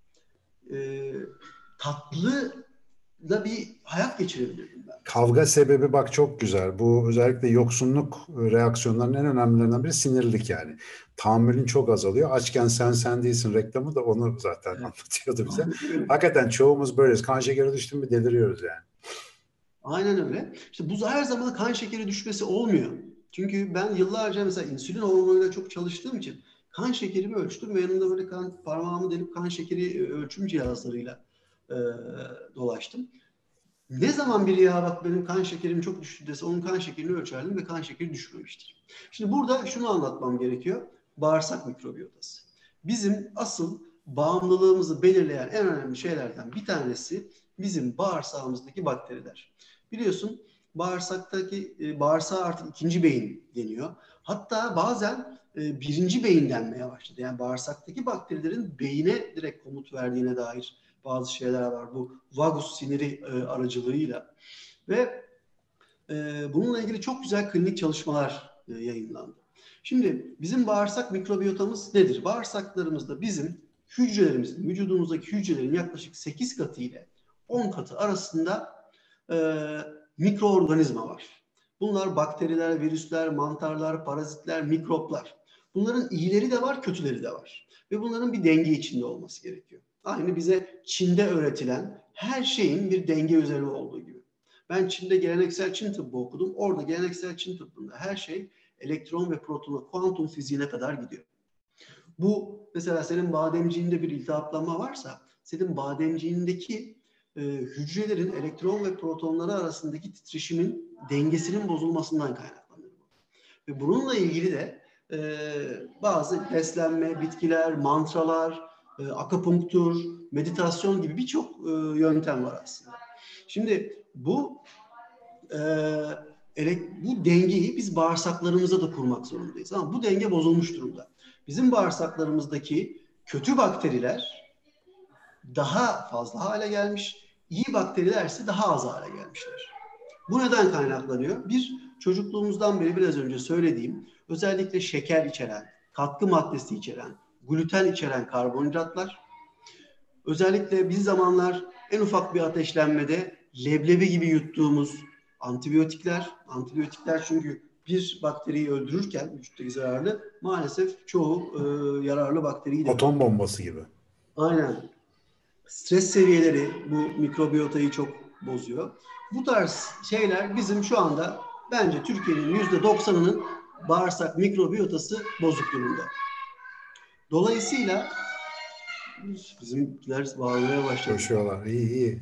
E, tatlı da bir hayat geçirebilirdim ben mesela. Kavga sebebi bak çok güzel. Bu özellikle yoksunluk reaksiyonlarının en önemlilerinden biri sinirlilik yani. Tahammülün çok azalıyor. Açken sen değilsin reklamı da onu zaten Evet. anlatıyordu bize. Aynen öyle. Hakikaten çoğumuz böyleyiz. Kan şekeri düştü mü deliriyoruz yani. Aynen öyle. İşte bu her zaman kan şekeri düşmesi olmuyor. Çünkü ben yıllarca mesela insülin hormonuyla çok çalıştığım için kan şekerimi ölçtüm ve yanımda böyle parmağımı delip kan şekeri ölçüm cihazlarıyla e, dolaştım. Ne zaman biri ya bak benim kan şekerim çok düştü dese onun kan şekerini ölçerdim ve kan şekeri düşmemiştir. Şimdi burada şunu anlatmam gerekiyor. Bağırsak mikrobiyotası. Bizim asıl bağımlılığımızı belirleyen en önemli şeylerden bir tanesi bizim bağırsağımızdaki bakteriler. Biliyorsun bağırsağa artık ikinci beyin deniyor. Hatta bazen birinci beyin denmeye başladı. Yani bağırsaktaki bakterilerin beyine direkt komut verdiğine dair bazı şeyler var. Bu vagus siniri aracılığıyla ve bununla ilgili çok güzel klinik çalışmalar yayınlandı. Şimdi bizim bağırsak mikrobiyotamız nedir? Bağırsaklarımızda bizim hücrelerimizin, vücudumuzdaki hücrelerin yaklaşık 8 katı ile 10 katı arasında e, mikroorganizma var. Bunlar bakteriler, virüsler, mantarlar, parazitler, mikroplar. Bunların iyileri de var, kötüleri de var. Ve bunların bir denge içinde olması gerekiyor. Aynı bize Çin'de öğretilen her şeyin bir denge üzerine olduğu gibi. Ben Çin'de geleneksel Çin tıbbı okudum. Orada geleneksel Çin tıbbında her şey elektron ve protona, kuantum fiziğine kadar gidiyor. Bu mesela senin bademciğinde bir iltihaplanma varsa senin bademciğindeki hücrelerin elektron ve protonları arasındaki titreşimin dengesinin bozulmasından kaynaklanır. Ve bununla ilgili de bazı beslenme, bitkiler, mantralar, akupunktur, meditasyon gibi birçok yöntem var aslında. Şimdi bu dengeyi biz bağırsaklarımıza da kurmak zorundayız. Ama bu denge bozulmuş durumda. Bizim bağırsaklarımızdaki kötü bakteriler daha fazla hale gelmiş, iyi bakteriler ise daha az hale gelmişler. Bu neden kaynaklanıyor? Bir, çocukluğumuzdan beri biraz önce söylediğim, özellikle şeker içeren, katkı maddesi içeren, gluten içeren karbonhidratlar, özellikle bir zamanlar en ufak bir ateşlenmede leblebi gibi yuttuğumuz antibiyotikler çünkü bir bakteriyi öldürürken vücuttaki zararlı maalesef çoğu yararlı bakteriyi de Atom öldürüyor. bombası gibi. Aynen. Stres seviyeleri bu mikrobiyotayı çok bozuyor. Bu tarz şeyler bizim şu anda bence Türkiye'nin %90'ının bağırsak mikrobiyotası bozuk durumda. Dolayısıyla bizimkiler bağırmaya başladı. Koşuyorlar. İyi iyi.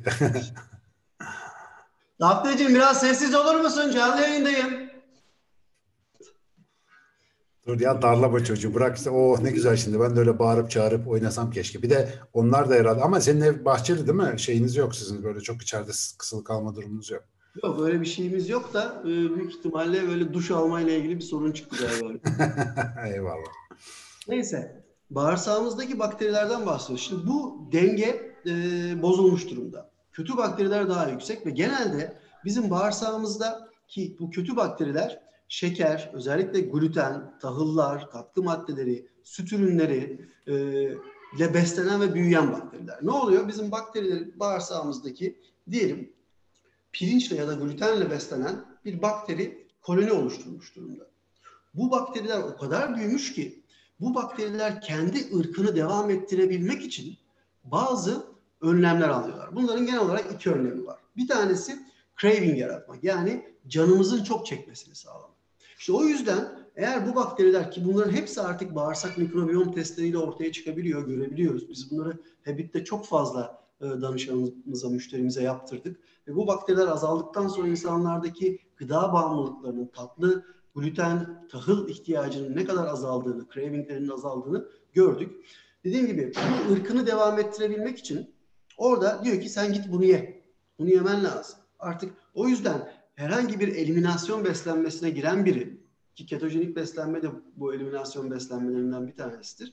Dabdeciğim biraz sessiz olur musun? Canlı yayındayım. Dur ya, darlama çocuğu, bırak işte, oh ne güzel, şimdi ben de öyle bağırıp çağırıp oynasam keşke. Bir de onlar da herhalde, ama senin ev bahçeli değil mi? Şeyiniz yok sizin, böyle çok içeride kısılı kalma durumunuz yok. Yok, öyle bir şeyimiz yok da büyük ihtimalle böyle duş almayla ilgili bir sorun çıktı galiba. Eyvallah. Neyse, bağırsağımızdaki bakterilerden bahsediyoruz. Şimdi bu denge bozulmuş durumda. Kötü bakteriler daha yüksek ve genelde bizim bağırsağımızda ki bu kötü bakteriler şeker, özellikle gluten, tahıllar, katkı maddeleri, süt ürünleri ile beslenen ve büyüyen bakteriler. Ne oluyor? Bizim bakteriler bağırsağımızdaki diyelim pirinçle ya da glutenle beslenen bir bakteri koloni oluşturmuş durumda. Bu bakteriler o kadar büyümüş ki bu bakteriler kendi ırkını devam ettirebilmek için bazı önlemler alıyorlar. Bunların genel olarak iki önlemi var. Bir tanesi craving yaratmak, yani canımızın çok çekmesini sağlamak. İşte o yüzden eğer bu bakteriler, ki bunların hepsi artık bağırsak mikrobiyom testleriyle ortaya çıkabiliyor, görebiliyoruz. Biz bunları Habit'te çok fazla danışanımıza, müşterimize yaptırdık. Ve bu bakteriler azaldıktan sonra insanlardaki gıda bağımlılıklarının, tatlı, gluten, tahıl ihtiyacının ne kadar azaldığını, cravinglerinin azaldığını gördük. Dediğim gibi bu ırkını devam ettirebilmek için orada diyor ki sen git bunu ye. Bunu yemen lazım. Artık o yüzden herhangi bir eliminasyon beslenmesine giren biri, ki ketojenik beslenme de bu eliminasyon beslenmelerinden bir tanesidir.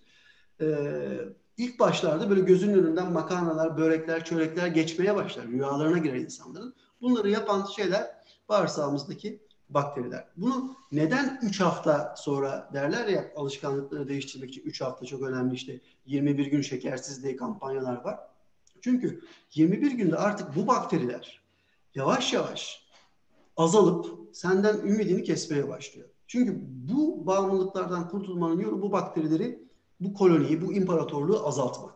İlk başlarda böyle gözünün önünden makarnalar, börekler, çörekler geçmeye başlar. Rüyalarına girer insanların. Bunları yapan şeyler bağırsağımızdaki bakteriler. Bunu neden 3 hafta sonra derler ya, alışkanlıkları değiştirmek için 3 hafta çok önemli, işte 21 gün şekersiz diye kampanyalar var. Çünkü 21 günde artık bu bakteriler yavaş yavaş azalıp senden ümidini kesmeye başlıyor. Çünkü bu bağımlılıklardan kurtulmanın yolu bu bakterileri, bu koloniyi, bu imparatorluğu azaltmak.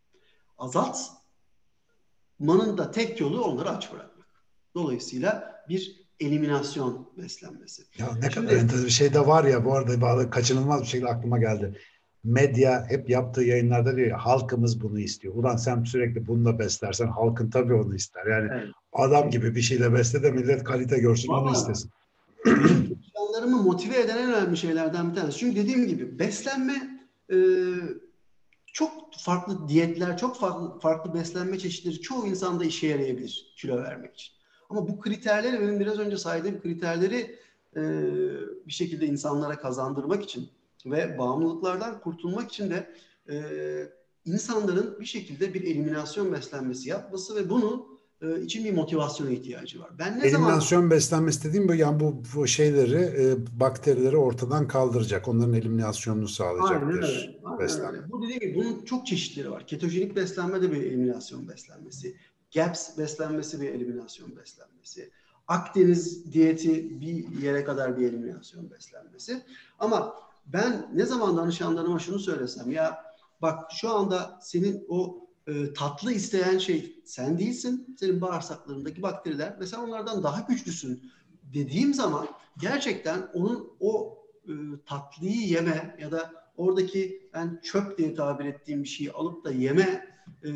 Azaltmanın da tek yolu onları aç bırakmak. Dolayısıyla bir eliminasyon beslenmesi. Ya ne kadar Şimdi enteresan bir şey de var ya, bu arada bağlı, kaçınılmaz bir şekilde aklıma geldi. Medya hep yaptığı yayınlarda diyor ya, halkımız bunu istiyor. Ulan sen sürekli bununla beslersen halkın tabii onu ister. Yani evet, adam gibi bir şeyle besle de millet kalite görsün, onu valla istesin. benim çalışanlarımı motive eden en önemli şeylerden bir tanesi. Çünkü dediğim gibi beslenme, e, çok farklı diyetler, çok farklı beslenme çeşitleri çoğu insanda işe yarayabilir kilo vermek için. Ama bu kriterleri, benim biraz önce saydığım kriterleri bir şekilde insanlara kazandırmak için ve bağımlılıklardan kurtulmak için de e, insanların bir şekilde bir eliminasyon beslenmesi yapması ve bunun için bir motivasyona ihtiyacı var. Ben ne zaman Eliminasyon beslenmesi dediğim bu, yani bu şeyleri, bakterileri ortadan kaldıracak. Onların eliminasyonunu sağlayacak Aynen bir öyle. Aynen beslenme. öyle. Bu dediğim gibi bunun çok çeşitleri var. Ketojenik beslenme de bir eliminasyon beslenmesi. GAPS beslenmesi bir eliminasyon beslenmesi. Akdeniz diyeti bir yere kadar bir eliminasyon beslenmesi. Ama ben ne zaman danışanlarıma şunu söylesem, ya bak şu anda senin o tatlı isteyen şey sen değilsin. Senin bağırsaklarındaki bakteriler ve sen onlardan daha güçlüsün dediğim zaman gerçekten onun o tatlıyı yeme ya da oradaki ben çöp diye tabir ettiğim bir şeyi alıp da yeme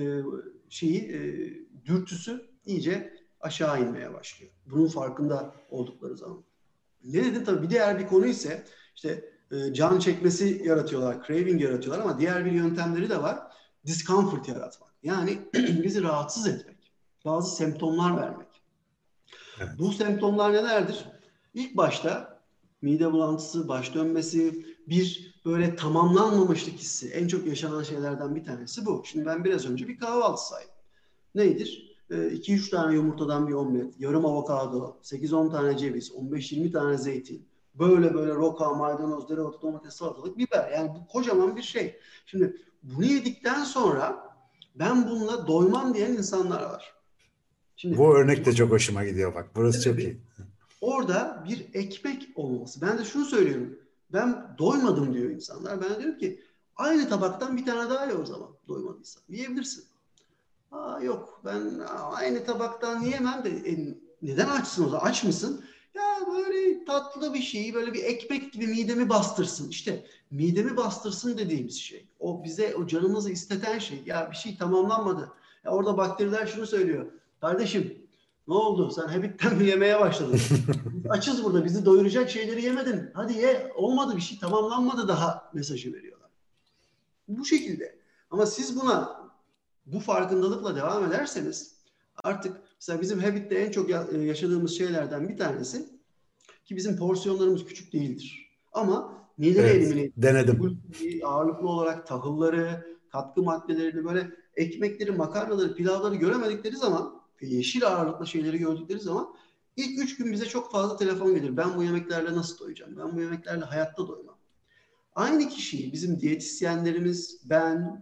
dürtüsü iyice aşağı inmeye başlıyor. Bunun farkında oldukları zaman. Ne dedim, tabii bir diğer bir konu ise işte can çekmesi yaratıyorlar, craving yaratıyorlar, ama diğer bir yöntemleri de var. Discomfort yaratmak. Yani bizi rahatsız etmek. Bazı semptomlar vermek. Bu Evet. semptomlar nelerdir? İlk başta mide bulantısı, baş dönmesi, bir böyle tamamlanmamışlık hissi. En çok yaşanan şeylerden bir tanesi bu. Şimdi ben biraz önce bir kahvaltı saydım. Nedir? 2-3 tane yumurtadan bir omlet, yarım avokado, 8-10 tane ceviz, 15-20 tane zeytin, böyle böyle roka, maydanoz, dereotu, domates, salatalık, biber. Yani bu kocaman bir şey. Şimdi bunu yedikten sonra ben bununla doymam diyen insanlar var. Şimdi Bu örnek de çok hoşuma gidiyor bak. Burası çok sebebi iyi. orada bir ekmek olması. Ben de şunu söylüyorum. Ben doymadım diyor insanlar. Ben diyorum ki aynı tabaktan bir tane daha ye o zaman, doymadıysan. Yiyebilirsin. Aa, yok ben aynı tabaktan yiyemem de neden açsın o zaman? Aç mısın? Ya böyle tatlı bir şeyi böyle bir ekmek gibi midemi bastırsın. İşte midemi bastırsın dediğimiz şey. O bize o canımızı isteten şey. Ya bir şey tamamlanmadı. Ya orada bakteriler şunu söylüyor. Kardeşim Ne oldu? Sen Habit'ten mi yemeye başladın? Biz açız burada. Bizi doyuracak şeyleri yemedin. Hadi ye. Olmadı, bir şey tamamlanmadı daha mesajı veriyorlar. Bu şekilde. Ama siz bu farkındalıkla devam ederseniz artık mesela bizim Habit'te en çok yaşadığımız şeylerden bir tanesi ki bizim porsiyonlarımız küçük değildir. Ama neleri Evet, elimine denedim. ağırlıklı olarak tahılları, katkı maddelerini, böyle ekmekleri, makarnaları, pilavları göremedikleri zaman ve yeşil ağırlıklı şeyleri gördükleri zaman ilk 3 gün bize çok fazla telefon gelir. Ben bu yemeklerle nasıl doyacağım? Ben bu yemeklerle hayatta doymam. Aynı kişiyi bizim diyetisyenlerimiz, ben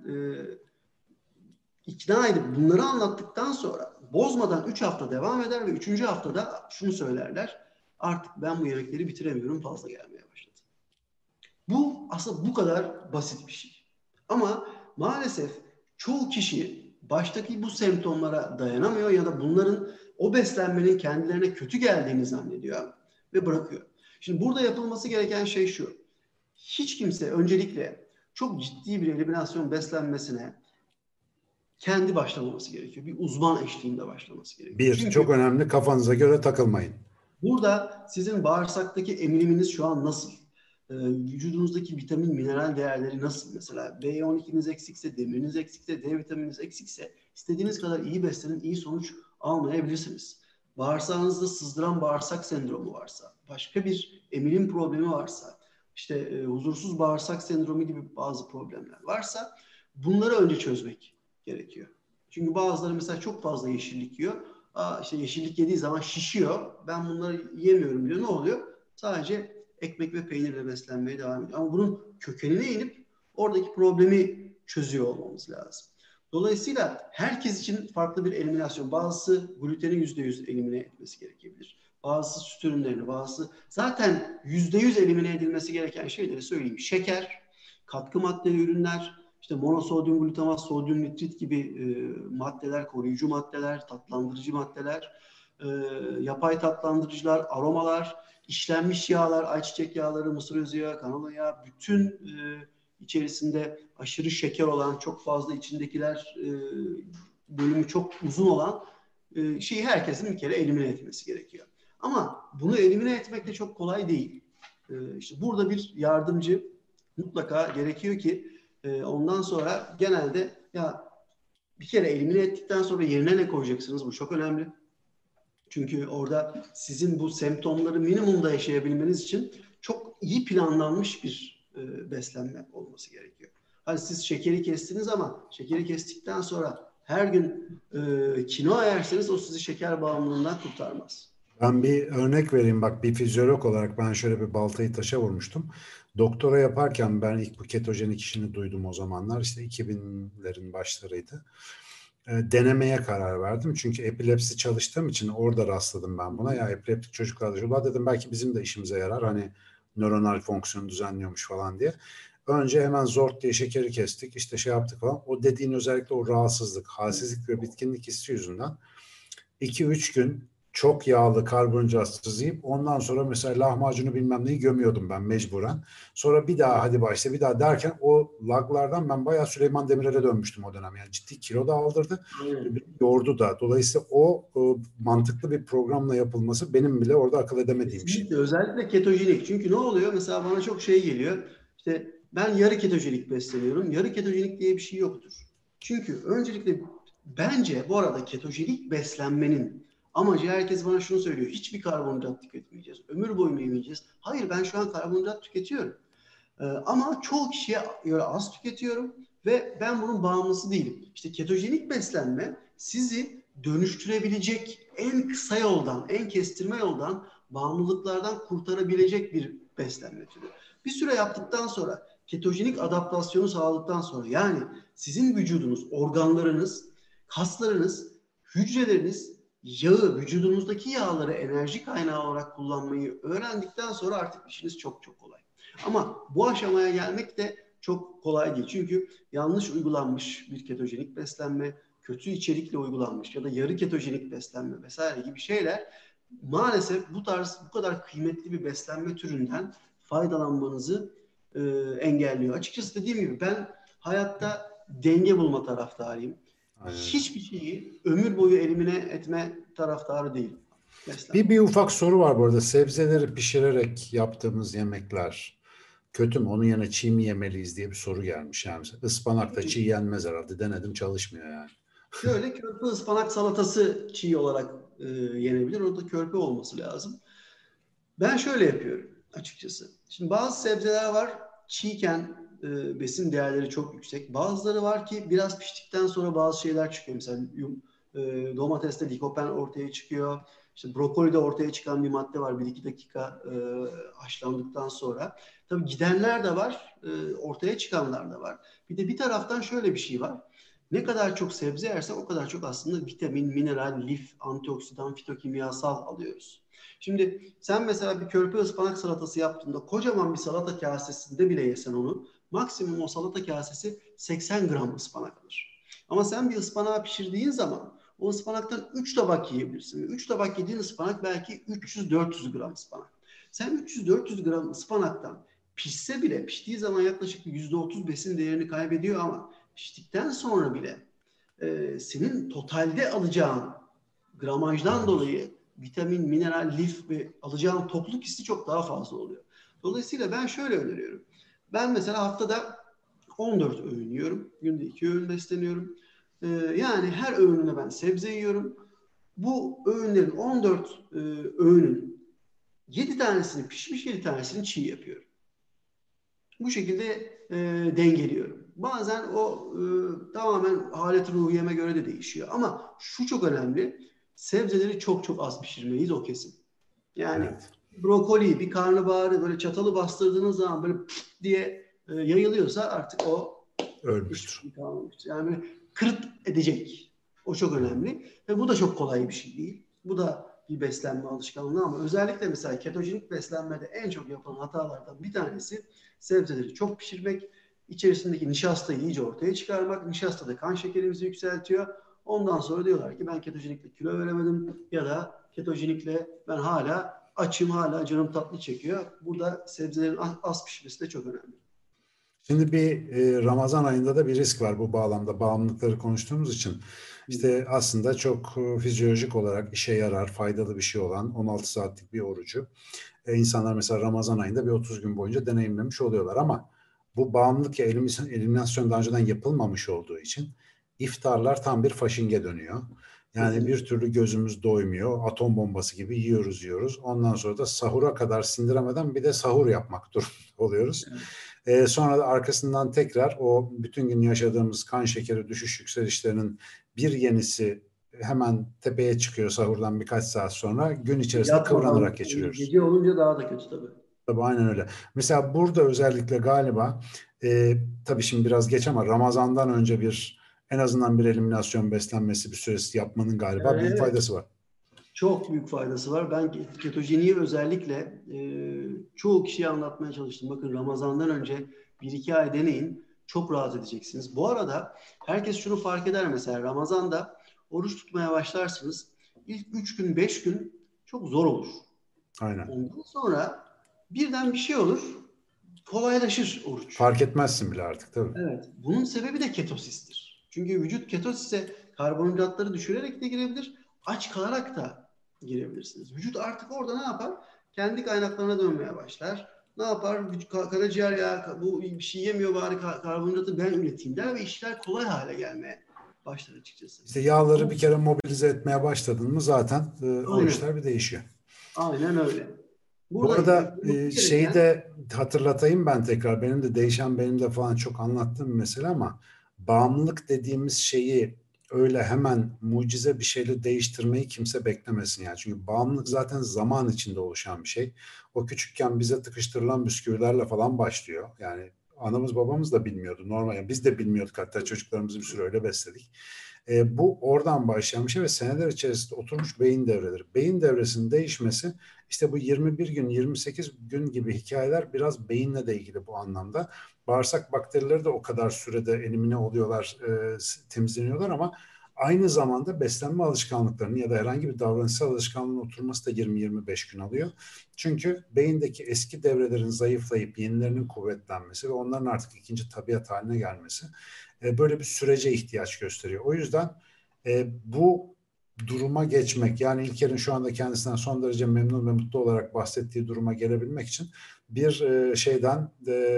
ikna edip bunları anlattıktan sonra bozmadan 3 hafta devam eder ve 3. haftada şunu söylerler. Artık ben bu yemekleri bitiremiyorum, fazla gelmeye başladı. Bu aslında bu kadar basit bir şey. Ama maalesef çoğu kişi baştaki bu semptomlara dayanamıyor ya da bunların, o beslenmenin kendilerine kötü geldiğini zannediyor ve bırakıyor. Şimdi burada yapılması gereken şey şu. Hiç kimse öncelikle çok ciddi bir eliminasyon beslenmesine kendi başlamaması gerekiyor. Bir uzman eşliğinde başlaması gerekiyor. Bir, çok Çünkü önemli, kafanıza göre takılmayın. burada sizin bağırsaktaki emiliminiz şu an nasıl? Vücudunuzdaki vitamin, mineral değerleri nasıl? Mesela B12'niz eksikse, demiriniz eksikse, D vitamininiz eksikse istediğiniz kadar iyi beslenin, iyi sonuç almayabilirsiniz. Bağırsağınızda sızdıran bağırsak sendromu varsa, başka bir emilim problemi varsa, işte huzursuz bağırsak sendromu gibi bazı problemler varsa bunları önce çözmek gerekiyor. Çünkü bazıları mesela çok fazla yeşillik yiyor. İşte yeşillik yediği zaman şişiyor. Ben bunları yiyemiyorum diyor. Ne oluyor? Sadece ekmek ve peynirle beslenmeye devam ediyor. Ama bunun kökenine inip oradaki problemi çözüyor olmamız lazım. Dolayısıyla herkes için farklı bir eliminasyon. Bazısı gluteni %100 elimine etmesi gerekebilir. Bazısı süt ürünlerini, bazısı zaten %100 elimine edilmesi gereken şeyleri söyleyeyim. Şeker, katkı maddeli ürünler, işte monosodyum glutamat, sodyum nitrit gibi maddeler, koruyucu maddeler, tatlandırıcı maddeler, yapay tatlandırıcılar, aromalar, işlenmiş yağlar, ayçiçek yağları, mısır özü yağı, kanola yağı, bütün içerisinde aşırı şeker olan, çok fazla içindekiler bölümü çok uzun olan şeyi herkesin bir kere elimine etmesi gerekiyor. Ama bunu elimine etmek de çok kolay değil. İşte burada bir yardımcı mutlaka gerekiyor ki ondan sonra genelde ya bir kere elimine ettikten sonra yerine ne koyacaksınız? Bu çok önemli. Çünkü orada sizin bu semptomları minimumda yaşayabilmeniz için çok iyi planlanmış bir beslenme olması gerekiyor. Hani siz şekeri kestiniz ama şekeri kestikten sonra her gün kinoa yerseniz o sizi şeker bağımlılığından kurtarmaz. Ben bir örnek vereyim. Bak, bir fizyolog olarak ben şöyle bir baltayı taşa vurmuştum. Doktora yaparken ben ilk bu ketojenik işini duydum o zamanlar. İşte 2000'lerin başlarıydı. Denemeye karar verdim. Çünkü epilepsi çalıştığım için orada rastladım ben buna. Ya epileptik çocuklarda şurada dedim, belki bizim de işimize yarar. Hani nöronal fonksiyonu düzenliyormuş falan diye. Önce hemen zort diye şekeri kestik. İşte şey yaptık falan. O dediğin özellikle o rahatsızlık, halsizlik ve bitkinlik hissi yüzünden 2-3 gün çok yağlı karbonhidratsız yiyip ondan sonra mesela lahmacunu bilmem neyi gömüyordum ben mecburen. Sonra bir daha hadi başla bir daha derken o laglardan ben bayağı Süleyman Demirel'e dönmüştüm o dönem. Yani ciddi kilo da aldırdı. Aynen. Yordu da. Dolayısıyla o mantıklı bir programla yapılması benim bile orada akıl edemediğim bir şey. Kesinlikle. Özellikle ketojenik. Çünkü ne oluyor? Mesela bana çok şey geliyor. İşte ben yarı ketojenik besleniyorum. Yarı ketojenik diye bir şey yoktur. Çünkü öncelikle bence bu arada ketojenik beslenmenin amacı, herkes bana şunu söylüyor. Hiçbir karbonhidrat tüketmeyeceğiz. Ömür boyu mu yemeyeceğiz? Hayır, ben şu an karbonhidrat tüketiyorum. Ama çoğu kişiye göre az tüketiyorum ve ben bunun bağımlısı değilim. İşte ketojenik beslenme sizi dönüştürebilecek, en kısa yoldan, en kestirme yoldan bağımlılıklardan kurtarabilecek bir beslenme türü. Bir süre yaptıktan sonra, ketojenik adaptasyonu sağladıktan sonra, yani sizin vücudunuz, organlarınız, kaslarınız, hücreleriniz yağı, vücudunuzdaki yağları enerji kaynağı olarak kullanmayı öğrendikten sonra artık işiniz çok çok kolay. Ama bu aşamaya gelmek de çok kolay değil. Çünkü yanlış uygulanmış bir ketojenik beslenme, kötü içerikle uygulanmış ya da yarı ketojenik beslenme vesaire gibi şeyler maalesef bu kadar kıymetli bir beslenme türünden faydalanmanızı engelliyor. Açıkçası dediğim gibi ben hayatta denge bulma taraftarıyım. Aynen öyle. Hiçbir şeyi ömür boyu elimine etme taraftarı değilim. Beslenme. Bir ufak soru var bu arada. Sebzeleri pişirerek yaptığımız yemekler kötü mü? Onun yerine çiğ mi yemeliyiz diye bir soru gelmiş. Yani ıspanak da çiğ yenmez herhalde. Denedim, çalışmıyor yani. Şöyle körpe ıspanak salatası çiğ olarak yenebilir. Orada körpe olması lazım. Ben şöyle yapıyorum açıkçası. Şimdi bazı sebzeler var çiğken besin değerleri çok yüksek. Bazıları var ki biraz piştikten sonra bazı şeyler çıkıyor. Mesela domateste likopen ortaya çıkıyor. İşte brokolide ortaya çıkan bir madde var 1-2 dakika haşlandıktan sonra. Tabii gidenler de var, ortaya çıkanlar da var. Bir de bir taraftan şöyle bir şey var. Ne kadar çok sebze yersek o kadar çok aslında vitamin, mineral, lif, antioksidan, fitokimyasal alıyoruz. Şimdi sen mesela bir körpe ıspanak salatası yaptığında kocaman bir salata kasesinde bile yesen onu maksimum o salata kasesi 80 gram ıspanak alır. Ama sen bir ıspanağı pişirdiğin zaman o ıspanaktan 3 tabak yiyebilirsin. 3 tabak yediğin ıspanak belki 300-400 gram ıspanak. Sen 300-400 gram ıspanaktan pişse bile piştiği zaman yaklaşık %30 besin değerini kaybediyor ama piştikten sonra bile senin totalde alacağın gramajdan dolayı vitamin, mineral, lif ve alacağın tokluk hissi çok daha fazla oluyor. Dolayısıyla ben şöyle öneriyorum. Ben mesela haftada 14 öğün yiyorum. Günde 2 öğün besleniyorum. Yani her öğününe ben sebze yiyorum. Bu öğünlerin 14 öğünün 7 tanesini pişmiş, 7 tanesini çiğ yapıyorum. Bu şekilde dengeliyorum. Bazen o tamamen halet ruhiyeme göre de değişiyor. Ama şu çok önemli. Sebzeleri çok çok az pişirmeyiz, o kesin. Yani Evet. brokoli, bir karnabaharı böyle çatalı bastırdığınız zaman böyle diye yayılıyorsa artık o hiçbir Ölmüştür. şey kalmamıştır. Yani böyle kırıp edecek. O çok önemli. Ve bu da çok kolay bir şey değil. Bu da bir beslenme alışkanlığı ama özellikle mesela ketojenik beslenmede en çok yapılan hatalardan bir tanesi sebzeleri çok pişirmek, içerisindeki nişastayı iyice ortaya çıkarmak. Nişasta da kan şekerimizi yükseltiyor. Ondan sonra diyorlar ki ben ketojenikle kilo veremedim ya da ketojenikle ben hala açım, hala canım tatlı çekiyor. Burada sebzelerin az pişmesi de çok önemli. Şimdi bir Ramazan ayında da bir risk var bu bağlamda. Bağımlılıkları konuştuğumuz için. İşte aslında çok fizyolojik olarak işe yarar, faydalı bir şey olan 16 saatlik bir orucu. İnsanlar mesela Ramazan ayında bir 30 gün boyunca deneyimlemiş oluyorlar ama bu bağımlılık ya eliminasyon daha önceden yapılmamış olduğu için iftarlar tam bir faşinge dönüyor. Yani Kesinlikle. bir türlü gözümüz doymuyor. Atom bombası gibi yiyoruz. Ondan sonra da sahura kadar sindiremeden bir de sahur yapmak durumunda oluyoruz. Evet. Sonra da arkasından tekrar o bütün gün yaşadığımız kan şekeri düşüş yükselişlerinin bir yenisi hemen tepeye çıkıyor sahurdan birkaç saat sonra. Gün içerisinde kıvranarak Yatmadan geçiriyoruz. gece olunca daha da kötü tabii. Tabii aynen öyle. Mesela burada özellikle galiba tabii şimdi biraz geç ama Ramazan'dan önce en azından bir eliminasyon beslenmesi bir süresi yapmanın galiba büyük Evet. faydası var. Çok büyük faydası var. Ben ketojeniyi özellikle çoğu kişiye anlatmaya çalıştım. Bakın Ramazan'dan önce 1-2 ay deneyin. Çok rahat edeceksiniz. Bu arada herkes şunu fark eder mesela Ramazan'da oruç tutmaya başlarsınız. İlk 3 gün 5 gün çok zor olur. Aynen. Ondan sonra birden bir şey olur. Kolaylaşır oruç. Fark etmezsin bile artık tabii. Evet. Bunun sebebi de ketosistir. Çünkü vücut ketosise karbonhidratları düşürerek de girebilir. Aç kalarak da girebilirsiniz. Vücut artık orada ne yapar? Kendi kaynaklarına dönmeye başlar. Ne yapar? Karaciğer ya bu bir şey yemiyor bari karbonhidratı ben üreteyim der ve işler kolay hale gelmeye başlar açıkçası. İşte yağları bir Ama kere mobilize etmeye başladın mı zaten o aynen. işler bir değişiyor. Aynen öyle. Bu Burada arada yapılması şeyi gereken de hatırlatayım ben tekrar. Benim de falan çok anlattığım bir mesele ama bağımlılık dediğimiz şeyi öyle hemen mucize bir şeyle değiştirmeyi kimse beklemesin yani. Çünkü bağımlılık zaten zaman içinde oluşan bir şey. O küçükken bize tıkıştırılan bisküvilerle falan başlıyor. Yani anamız babamız da bilmiyordu. Normal yani biz de bilmiyorduk, hatta çocuklarımızı bir süre öyle besledik. Bu oradan başlayan bir şey ve seneler içerisinde oturmuş beyin devreleri. Beyin devresinin değişmesi işte bu 21 gün, 28 gün gibi hikayeler biraz beyinle de ilgili bu anlamda. Bağırsak bakterileri de o kadar sürede elimine oluyorlar, temizleniyorlar ama aynı zamanda beslenme alışkanlıklarının ya da herhangi bir davranışsal alışkanlığın oturması da 20-25 gün alıyor. Çünkü beyindeki eski devrelerin zayıflayıp yenilerinin kuvvetlenmesi ve onların artık ikinci tabiat haline gelmesi böyle bir sürece ihtiyaç gösteriyor. O yüzden bu duruma geçmek, yani İlker'in şu anda kendisinden son derece memnun ve mutlu olarak bahsettiği duruma gelebilmek için bir şeyden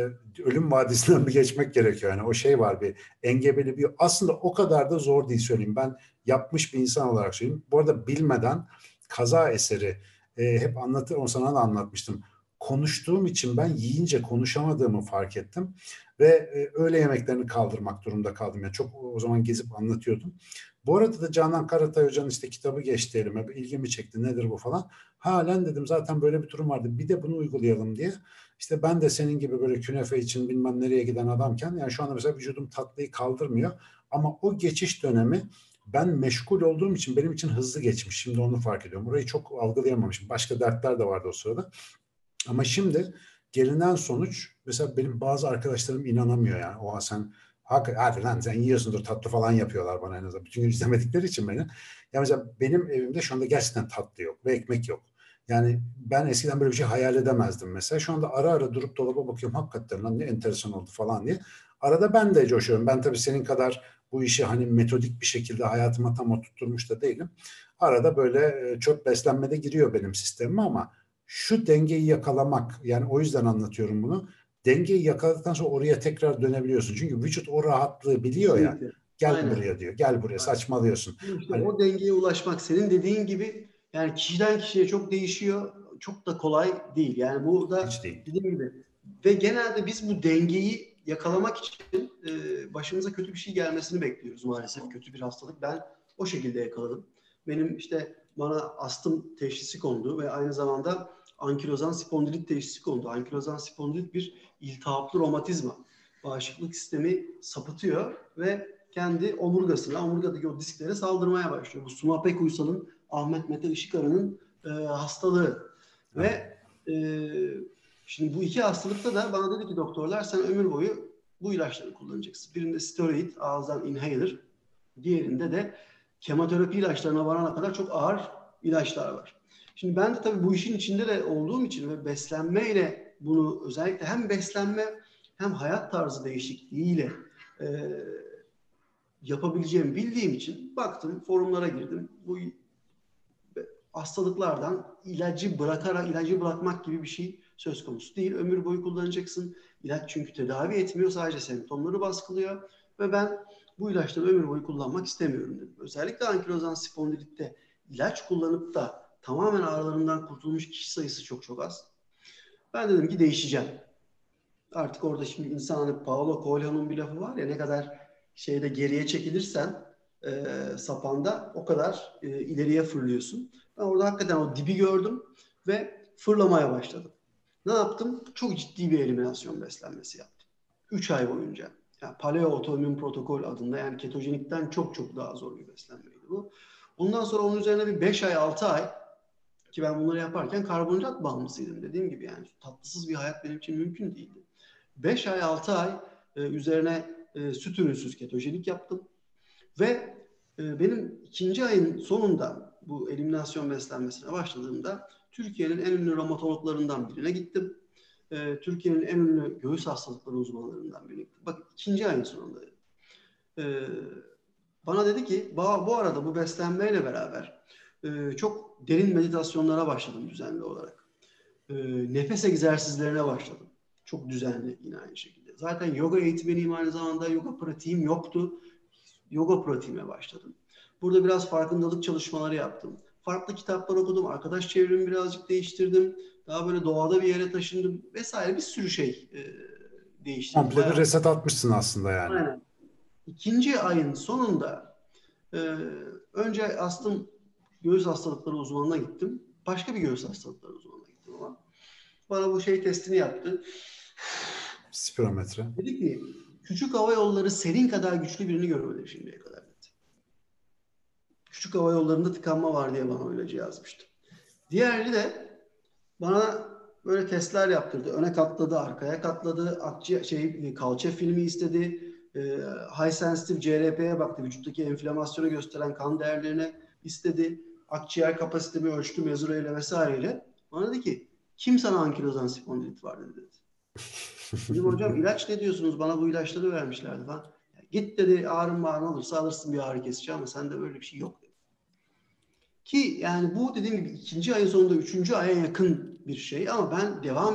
ölüm vadisinden bir geçmek gerekiyor. Yani o şey var, bir engebeli bir, aslında o kadar da zor değil, söyleyeyim. Ben yapmış bir insan olarak söyleyeyim. Bu arada bilmeden kaza eseri hep anlatır, onu sana da anlatmıştım. Konuştuğum için ben yiyince konuşamadığımı fark ettim ve öğle yemeklerini kaldırmak durumunda kaldım. Yani çok o zaman gezip anlatıyordum. Bu arada da Canan Karatay Hoca'nın işte kitabı geçti elime. İlgimi çekti. Nedir bu falan. Halen dedim zaten böyle bir durum vardı. Bir de bunu uygulayalım diye. İşte ben de senin gibi böyle künefe için bilmem nereye giden adamken, yani şu anda mesela vücudum tatlıyı kaldırmıyor. Ama o geçiş dönemi ben meşgul olduğum için benim için hızlı geçmiş. Şimdi onu fark ediyorum. Burayı çok algılayamamışım. Başka dertler de vardı o sırada. Ama şimdi gelinen sonuç, mesela benim bazı arkadaşlarım inanamıyor yani. Oha sen hadi lan sen yiyorsundur, tatlı falan yapıyorlar bana en azından. Bütün gün izlemedikleri için beni. Ya mesela benim evimde şu anda gerçekten tatlı yok ve ekmek yok. Yani ben eskiden böyle bir şey hayal edemezdim mesela. Şu anda ara ara durup dolaba bakıyorum. Hakikaten lan ne enteresan oldu falan diye. Arada ben de coşuyorum. Ben tabii senin kadar bu işi hani metodik bir şekilde hayatıma tam oturtmuş da değilim. Arada böyle çok beslenmede giriyor benim sistemime, ama şu dengeyi yakalamak, yani o yüzden anlatıyorum bunu. Dengeyi yakaladıktan sonra oraya tekrar dönebiliyorsun. Çünkü vücut o rahatlığı biliyor ya. Kesinlikle. Gel Aynen. buraya diyor. Gel buraya, Aynen. saçmalıyorsun. İşte Hani o dengeye ulaşmak senin dediğin gibi yani kişiden kişiye çok değişiyor. Çok da kolay değil. Yani bu hiç da değil. dediğim gibi ve genelde biz bu dengeyi yakalamak için başımıza kötü bir şey gelmesini bekliyoruz maalesef. Kötü bir hastalık. Ben o şekilde yakaladım. Benim işte bana astım teşhisi kondu ve aynı zamanda ankilozan spondilit teşhisi kondu. Ankilozan spondilit bir iltihaplı romatizma. Bağışıklık sistemi sapıtıyor ve kendi omurgadaki o disklere saldırmaya başlıyor. Bu Suma Pek Uysal'ın Ahmet Mete Işıkarı'nın hastalığı. Evet. Ve e, şimdi bu iki hastalıkta da bana dedi ki doktorlar sen ömür boyu bu ilaçları kullanacaksın. Birinde steroid, ağızdan inhaler, diğerinde de kemoterapi ilaçlarına varana kadar çok ağır ilaçlar var. Şimdi ben de tabii bu işin içinde de olduğum için ve beslenmeyle bunu özellikle hem beslenme hem hayat tarzı değişikliğiyle e, yapabileceğimi bildiğim için baktım, forumlara girdim. Bu hastalıklardan ilacı bırakmak gibi bir şey söz konusu değil. Ömür boyu kullanacaksın. İlaç çünkü tedavi etmiyor, sadece semptomları baskılıyor ve ben bu ilaçları ömür boyu kullanmak istemiyorum dedim. Özellikle ankilozan spondilitte ilaç kullanıp da tamamen ağrılarından kurtulmuş kişi sayısı çok çok az. Ben dedim ki değişeceğim. Artık orada şimdi insan hani Paulo Coelho'nun bir lafı var ya, ne kadar şeyde geriye çekilirsen sapanda o kadar ileriye fırlıyorsun. Ben orada hakikaten o dibi gördüm ve fırlamaya başladım. Ne yaptım? Çok ciddi bir eliminasyon beslenmesi yaptım. 3 ay boyunca. Yani paleo otoimmün protokol adında, yani ketojenikten çok çok daha zor bir beslenmeydi bu. Ondan sonra onun üzerine bir 5 ay 6 ay, ki ben bunları yaparken karbonhidrat bağımlısıydım. Dediğim gibi yani tatlısız bir hayat benim için mümkün değildi. 5 ay 6 ay üzerine süt ürünsüz ketojenik yaptım. Ve benim ikinci ayın sonunda bu eliminasyon beslenmesine başladığımda Türkiye'nin en ünlü romatologlarından birine gittim. Türkiye'nin en ünlü göğüs hastalıkları uzmanlarından birine gittim. Bak, ikinci ayın sonunda. E, Bana dedi ki bu arada bu beslenmeyle beraber çok derin meditasyonlara başladım düzenli olarak. Nefes egzersizlerine başladım. Çok düzenli yine aynı şekilde. Zaten yoga eğitmeniyim, aynı zamanda yoga pratiğim yoktu. Yoga pratiğime başladım. Burada biraz farkındalık çalışmaları yaptım. Farklı kitaplar okudum. Arkadaş çevremi birazcık değiştirdim. Daha böyle doğada bir yere taşındım vesaire, bir sürü şey değiştirdim. Komple bir Bayağı. reset atmışsın aslında yani. Aynen. İkinci ayın sonunda e, önce astım göğüs hastalıkları uzmanına gittim. Başka bir göğüs hastalıkları uzmanına gittim ama bana bu şey testini yaptı. Spirometre. Dedi ki küçük hava yolları senin kadar güçlü birini görmedi şimdiye kadar dedi. Küçük hava yollarında tıkanma var diye bana o ilacı yazmıştı. Diğeri de bana böyle testler yaptırdı. Öne katladı, arkaya katladı, kalça filmi istedi. High sensitive CRP'ye baktı. Vücuttaki enflamasyonu gösteren kan değerlerine istedi. Akciğer kapasitemi ölçtü mezureyle vesaireyle. Bana dedi ki kim sana ankilozan spondilit var dedi. Dedim hocam ilaç ne diyorsunuz? Bana bu ilaçları vermişlerdi falan. Git dedi, ağrın olursa alırsın bir ağrı kesici ama sende böyle bir şey yok dedi. Ki yani bu dediğim gibi 2. ayın sonunda 3. aya yakın bir şey ama ben devam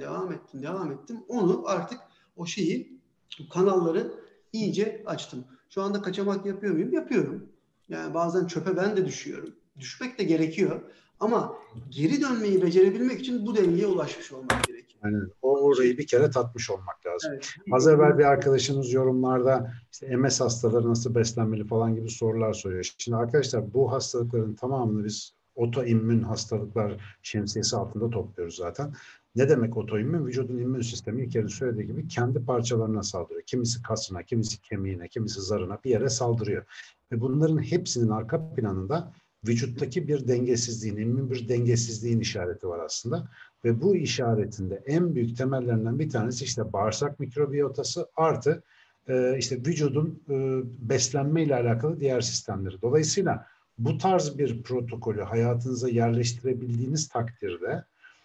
ettim. Onu artık o şeyi, kanalları iyice açtım. Şu anda kaçamak yapıyor muyum? Yapıyorum. Yani bazen çöpe ben de düşüyorum. Düşmek de gerekiyor. Ama geri dönmeyi becerebilmek için bu dengeye ulaşmış olmak gerekiyor. Yani o orayı bir kere tatmış olmak lazım. Evet. Az evvel bir arkadaşınız yorumlarda işte MS hastaları nasıl beslenmeli falan gibi sorular soruyor. Şimdi arkadaşlar bu hastalıkların tamamını biz otoimmün hastalıklar şemsiyesi altında topluyoruz zaten. Ne demek otoimmün? Vücudun immün sistemi ilk kere söylediği gibi kendi parçalarına saldırıyor. Kimisi kasına, kimisi kemiğine, kimisi zarına bir yere saldırıyor. Ve bunların hepsinin arka planında vücuttaki bir dengesizliğin, immün bir dengesizliğin işareti var aslında. Ve bu işaretinde en büyük temellerinden bir tanesi işte bağırsak mikrobiyotası artı işte vücudun beslenme ile alakalı diğer sistemleri. Dolayısıyla bu tarz bir protokolü hayatınıza yerleştirebildiğiniz takdirde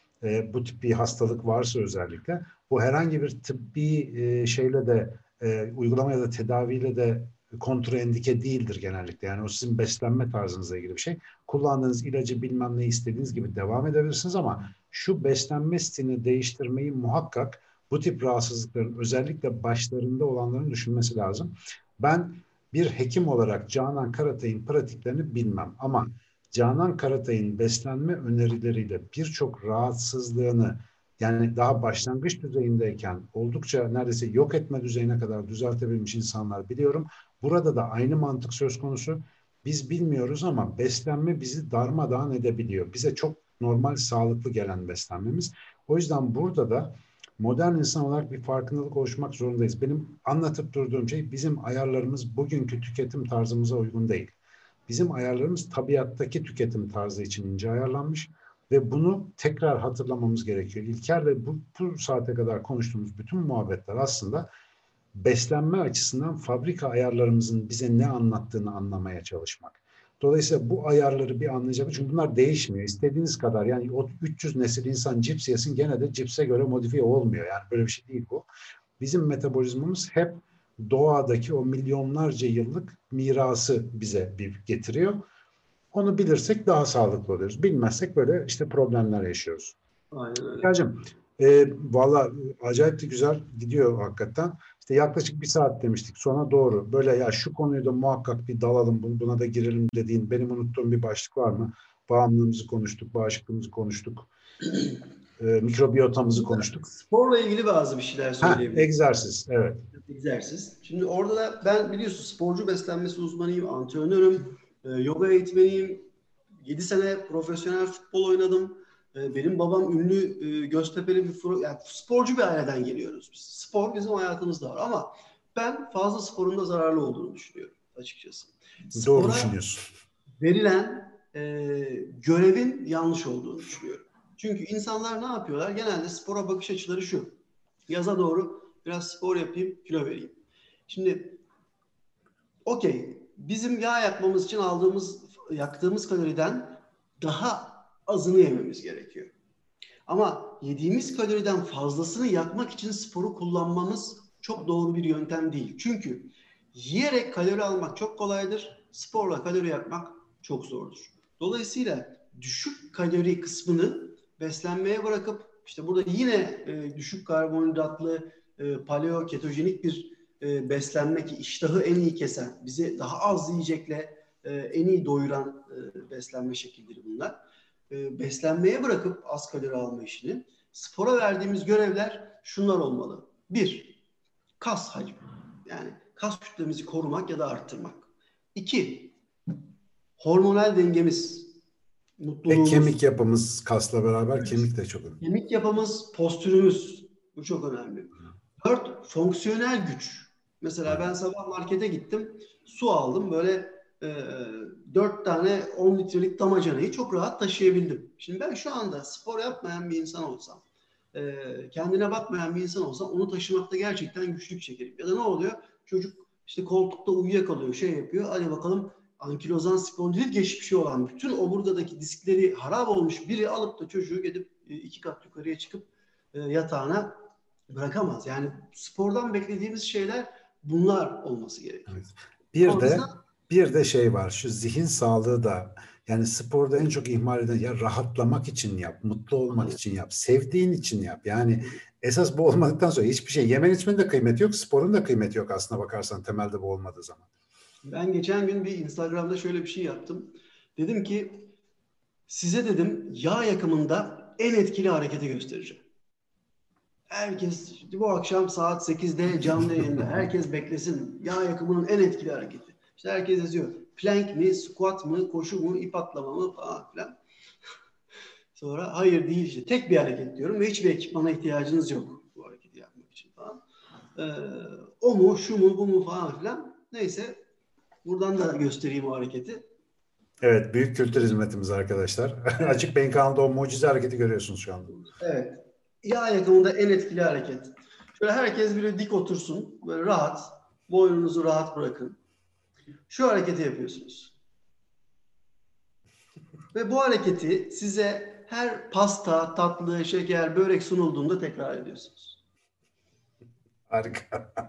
bu tip bir hastalık varsa özellikle bu herhangi bir tıbbi şeyle de uygulama ya da tedaviyle de kontraindike değildir genellikle. Yani o sizin beslenme tarzınızla ilgili bir şey. Kullandığınız ilacı bilmem ne istediğiniz gibi devam edebilirsiniz ama şu beslenme stilini değiştirmeyi muhakkak bu tip rahatsızlıkların özellikle başlarında olanların düşünmesi lazım. Ben bir hekim olarak Canan Karatay'ın pratiklerini bilmem ama Canan Karatay'ın beslenme önerileriyle birçok rahatsızlığını yani daha başlangıç düzeyindeyken oldukça neredeyse yok etme düzeyine kadar düzeltebilmiş insanlar biliyorum. Burada da aynı mantık söz konusu. Biz bilmiyoruz ama beslenme bizi darmadağın edebiliyor. Bize çok normal, sağlıklı gelen beslenmemiz. O yüzden burada da modern insan olarak bir farkındalık oluşmak zorundayız. Benim anlatıp durduğum şey bizim ayarlarımız bugünkü tüketim tarzımıza uygun değil. Bizim ayarlarımız tabiattaki tüketim tarzı için ince ayarlanmış ve bunu tekrar hatırlamamız gerekiyor. İlker ve bu saate kadar konuştuğumuz bütün muhabbetler aslında beslenme açısından fabrika ayarlarımızın bize ne anlattığını anlamaya çalışmak. Dolayısıyla bu ayarları bir anlayacak. Çünkü bunlar değişmiyor. İstediğiniz kadar yani o 300 nesil insan cips yesin gene de cipse göre modifiye olmuyor. Yani böyle bir şey değil bu. Bizim metabolizmamız hep doğadaki o milyonlarca yıllık mirası bize bir getiriyor. Onu bilirsek daha sağlıklı oluyoruz. Bilmezsek böyle işte problemler yaşıyoruz. Aynen öyle. Hikâcığım, valla acayip de güzel gidiyor hakikaten. İşte yaklaşık 1 saat demiştik sona doğru. Böyle ya şu konuyu da muhakkak bir dalalım, buna da girelim dediğin benim unuttuğum bir başlık var mı? Bağımlılığımızı konuştuk, bağışıklığımızı konuştuk, mikrobiyotamızı konuştuk. Sporla ilgili bazı bir şeyler söyleyebilirim. Egzersiz, evet. Egzersiz. Şimdi orada da ben biliyorsun sporcu beslenmesi uzmanıyım, antrenörüm, yoga eğitmeniyim. 7 sene profesyonel futbol oynadım. Benim babam ünlü Göztepe'li yani sporcu bir aileden geliyoruz biz. Spor bizim hayatımızda var ama ben fazla sporun da zararlı olduğunu düşünüyorum açıkçası. Doğru Spora düşünüyorsun. verilen görevin yanlış olduğunu düşünüyorum. Çünkü insanlar ne yapıyorlar? Genelde spora bakış açıları şu. Yaza doğru biraz spor yapayım, kilo vereyim. Şimdi okey, bizim yağ yakmamız için yaktığımız kaloriden daha azını yememiz gerekiyor. Ama yediğimiz kaloriden fazlasını yakmak için sporu kullanmamız çok doğru bir yöntem değil. Çünkü yiyerek kalori almak çok kolaydır, sporla kalori yakmak çok zordur. Dolayısıyla düşük kalori kısmını beslenmeye bırakıp işte burada yine düşük karbonhidratlı paleo ketojenik bir beslenme ki iştahı en iyi kesen, bizi daha az yiyecekle en iyi doyuran beslenme şekilleri bunlar. Beslenmeye bırakıp az kalori alma işini, spora verdiğimiz görevler şunlar olmalı. 1. Kas hacmi. Yani kas kütlemizi korumak ya da arttırmak. 2. Hormonal dengemiz, Ve mutluluğumuz. kemik yapımız kasla beraber 3. kemik de çok önemli. Kemik yapımız, postürümüz. Bu çok önemli. 4. Fonksiyonel güç. Mesela ben sabah markete gittim. Su aldım. Böyle 4 tane 10 litrelik damacanayı çok rahat taşıyabildim. Şimdi ben şu anda spor yapmayan bir insan olsam, kendine bakmayan bir insan olsam onu taşımakta gerçekten güçlük çekerim. Ya da ne oluyor? Çocuk işte koltukta uyuyakalıyor, şey yapıyor. Hadi bakalım ankilozan spondilit geçmişi olan bütün omurgadaki diskleri harap olmuş biri alıp da çocuğu gidip 2 kat yukarıya çıkıp yatağına bırakamaz. Yani spordan beklediğimiz şeyler bunlar olması gerekiyor. Evet. Bir Ama biz de bir de şey var. Şu zihin sağlığı da Yani sporda en çok ihmal edilen ya rahatlamak için yap, mutlu olmak için yap, sevdiğin için yap. Yani esas bu olmadıktan sonra hiçbir şey. Yemen içmenin de kıymeti yok, sporun da kıymeti yok aslına bakarsan temelde bu olmadığı zaman. Ben geçen gün bir Instagram'da şöyle bir şey yaptım. Dedim ki size dedim yağ yakımında en etkili hareketi göstereceğim. Herkes bu akşam saat 8'de canlı yayında. Herkes beklesin. Yağ yakımının en etkili hareketi. İşte herkes yazıyor. Plank mi, squat mı, koşu mu, ip atlama mı falan filan. Sonra hayır değil işte. Tek bir hareket diyorum ve hiçbir ekipmana ihtiyacınız yok bu hareketi yapmak için falan. Ee, O mu, şu mu, bu mu falan filan. Neyse buradan da göstereyim o hareketi. Evet, büyük kültür hizmetimiz arkadaşlar. Evet, Açık Beyin kanalında o mucize hareketi görüyorsunuz şu anda. evet. Yağ yakımında en etkili hareket. Şöyle herkes bir dik otursun. Böyle rahat. Boynunuzu rahat bırakın. Şu hareketi yapıyorsunuz. Ve bu hareketi size her pasta, tatlı, şeker, börek sunulduğunda tekrar ediyorsunuz. Harika.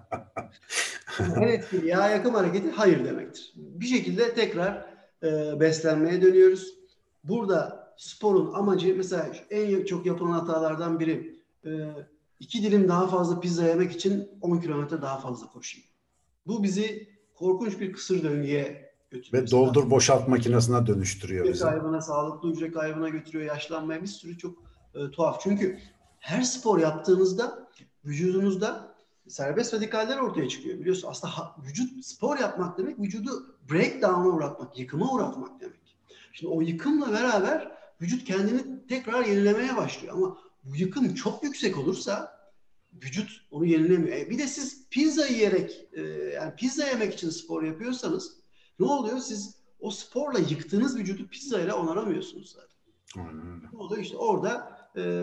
Yani en etkili yağ yakım hareketi hayır demektir. Bir şekilde tekrar beslenmeye dönüyoruz. Burada sporun amacı mesela en çok yapılan hatalardan biri 2 dilim daha fazla pizza yemek için 10 kilometre daha fazla koşayım. Bu bizi korkunç bir kısır döngüye götürüyor. Ve doldur boşalt makinesine dönüştürüyor Hücre bizi. kaybına, sağlıklı hücre kaybına götürüyor, yaşlanmaya bir sürü çok tuhaf. Çünkü her spor yaptığınızda vücudunuzda serbest radikaller ortaya çıkıyor. Biliyorsun aslında vücut spor yapmak demek vücudu breakdown'a uğratmak, yıkıma uğratmak demek. Şimdi o yıkımla beraber vücut kendini tekrar yenilemeye başlıyor. Ama bu yıkım çok yüksek olursa vücut onu yenilemiyor. Bir de siz pizza yiyerek yani pizza yemek için spor yapıyorsanız ne oluyor? Siz o sporla yıktığınız vücudu pizza ile onaramıyorsunuz zaten. Aynen. Ne oluyor? İşte orada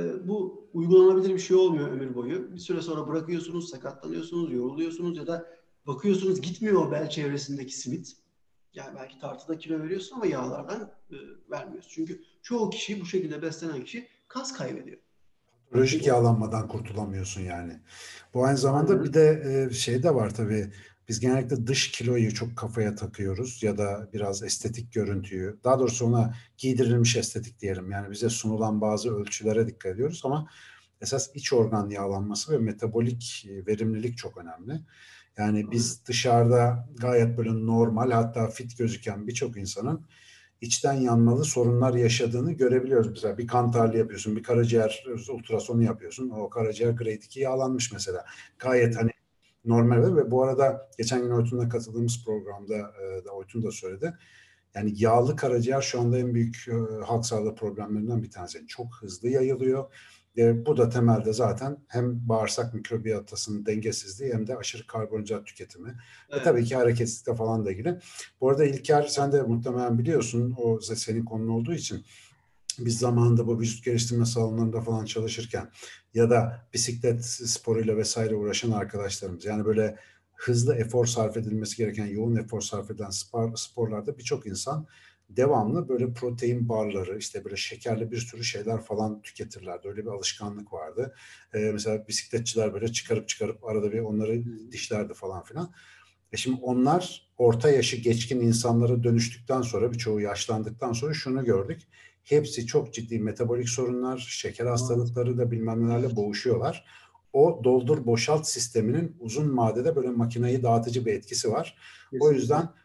bu uygulanabilir bir şey olmuyor ömür boyu. Bir süre sonra bırakıyorsunuz, sakatlanıyorsunuz, yoruluyorsunuz ya da bakıyorsunuz gitmiyor o bel çevresindeki simit. Yani belki tartıda kilo veriyorsun ama yağlardan vermiyorsun. Çünkü çoğu kişi bu şekilde beslenen kişi kas kaybediyor. Patolojik yağlanmadan kurtulamıyorsun yani. Bu aynı zamanda bir Aynen. de şey de var tabii. Biz genellikle dış kiloyu çok kafaya takıyoruz ya da biraz estetik görüntüyü. Daha doğrusu ona giydirilmiş estetik diyelim. Yani bize sunulan bazı ölçülere dikkat ediyoruz ama esas iç organ yağlanması ve metabolik verimlilik çok önemli. Yani biz dışarıda gayet böyle normal hatta fit gözüken birçok insanın içten yanmalı sorunlar yaşadığını görebiliyoruz. Mesela bir kan tahlili yapıyorsun, bir karaciğer ultrasonu yapıyorsun. O karaciğer grade 2 yağlanmış mesela. Gayet hani normal ve bu arada geçen gün Oytun'la katıldığımız programda da Oytun da söyledi. Yani yağlı karaciğer şu anda en büyük halk sağlığı problemlerinden bir tanesi. Çok hızlı yayılıyor. Bu da temelde zaten hem bağırsak mikrobiyotasının dengesizliği hem de aşırı karbonhidrat tüketimi. Ve tabii Evet. ki hareketsizlikle falan da ilgili. Bu arada İlker sen de muhtemelen biliyorsun o senin konun olduğu için biz zamanında bu vücut geliştirme salonlarında falan çalışırken ya da bisiklet sporuyla vesaire uğraşan arkadaşlarımız yani böyle hızlı efor sarf edilmesi gereken yoğun efor sarf edilen sporlarda birçok insan devamlı böyle protein barları işte böyle şekerli bir sürü şeyler falan tüketirlerdi. Öyle bir alışkanlık vardı. Mesela bisikletçiler böyle çıkarıp arada bir onları dişlerdi falan filan. Şimdi onlar orta yaşı geçkin insanlara dönüştükten sonra birçoğu yaşlandıktan sonra şunu gördük. Hepsi çok ciddi metabolik sorunlar, şeker Evet. hastalıkları da bilmem nelerle boğuşuyorlar. O doldur boşalt sisteminin uzun vadede böyle makinayı dağıtıcı bir etkisi var. O Kesinlikle. yüzden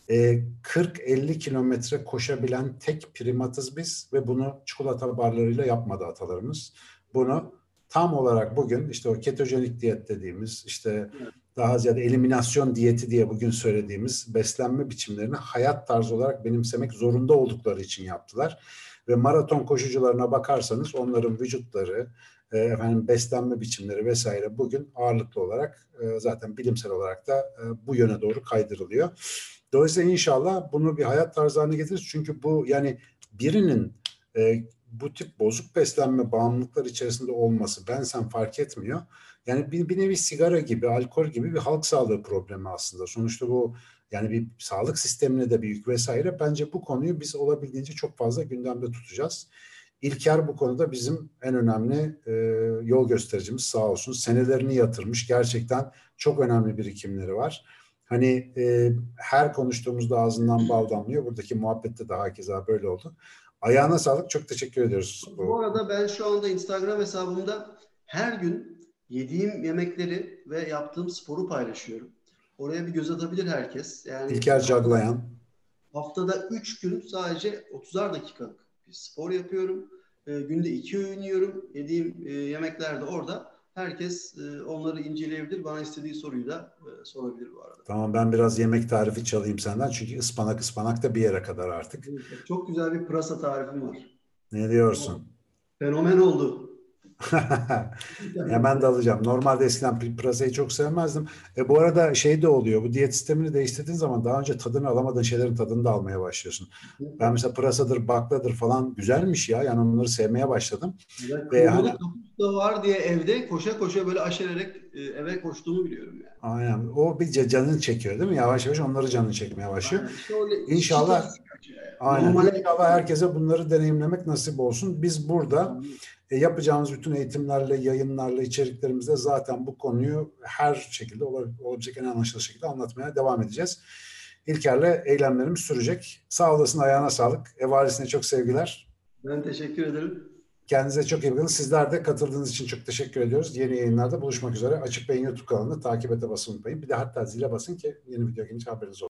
40-50 kilometre koşabilen tek primatız biz ve bunu çikolata barlarıyla yapmadı atalarımız. Bunu tam olarak bugün işte o ketojenik diyet dediğimiz işte Evet. daha ziyade eliminasyon diyeti diye bugün söylediğimiz beslenme biçimlerini hayat tarzı olarak benimsemek zorunda oldukları için yaptılar. Ve maraton koşucularına bakarsanız onların vücutları, efendim beslenme biçimleri vesaire bugün ağırlıklı olarak zaten bilimsel olarak da bu yöne doğru kaydırılıyor. Dolayısıyla inşallah bunu bir hayat tarzı haline getiririz. Çünkü bu yani birinin bu tip bozuk beslenme bağımlılıklar içerisinde olması ben sen fark etmiyor. Yani bir nevi sigara gibi, alkol gibi bir halk sağlığı problemi aslında. Sonuçta bu yani bir sağlık sistemine de bir yük vesaire. Bence bu konuyu biz olabildiğince çok fazla gündemde tutacağız. İlker bu konuda bizim en önemli yol göstericimiz sağ olsun. Senelerini yatırmış. Gerçekten çok önemli birikimleri var. Hani her konuştuğumuzda ağzından bal damlıyor. Buradaki muhabbette de hakeza böyle oldu. Ayağına sağlık. Çok teşekkür ediyoruz. Bu arada ben şu anda Instagram hesabımda her gün yediğim yemekleri ve yaptığım sporu paylaşıyorum. Oraya bir göz atabilir herkes. Yani İlker Caglayan. haftada 3 gün sadece 30'ar dakikalık bir spor yapıyorum. Günde 2 öğün yiyorum. Yediğim yemekler de orada. Herkes onları inceleyebilir. Bana istediği soruyu da sorabilir bu arada. Tamam, ben biraz yemek tarifi çalayım senden. Çünkü ıspanak da bir yere kadar artık. Çok güzel bir pırasa tarifim var. Ne diyorsun? Fenomen oldu. Hemen de alacağım. Normalde eskiden pırasayı çok sevmezdim. Bu arada şey de oluyor. Bu diyet sistemini değiştirdiğin zaman daha önce tadını alamadığın şeylerin tadını da almaya başlıyorsun. Ben mesela pırasadır, bakladır falan güzelmiş ya. Yani onları sevmeye başladım. Ve Kıymalı hani kabuk da var diye evde koşa koşa böyle aşererek eve koştuğumu biliyorum yani. aynen. O bir canını çekiyor değil mi? Yavaş yavaş onları canını çekmeye başlıyor. Aynen. İşte öyle İnşallah aynen. normale İnşallah herkese bunları deneyimlemek nasip olsun. Biz burada yapacağımız bütün eğitimlerle, yayınlarla, içeriklerimizde zaten bu konuyu her şekilde olabilecek en anlaşılır şekilde anlatmaya devam edeceğiz. İlker'le eylemlerimiz sürecek. Sağ olasın, ayağına sağlık. Ev ailesine çok sevgiler. Ben teşekkür ederim. Kendinize çok iyi bakın. Sizler de katıldığınız için çok teşekkür ediyoruz. Yeni yayınlarda buluşmak üzere. Açık Bey'in YouTube kanalını takip ete basın unutmayın. Bir de hatta zile basın ki yeni video gelince haberiniz olsun.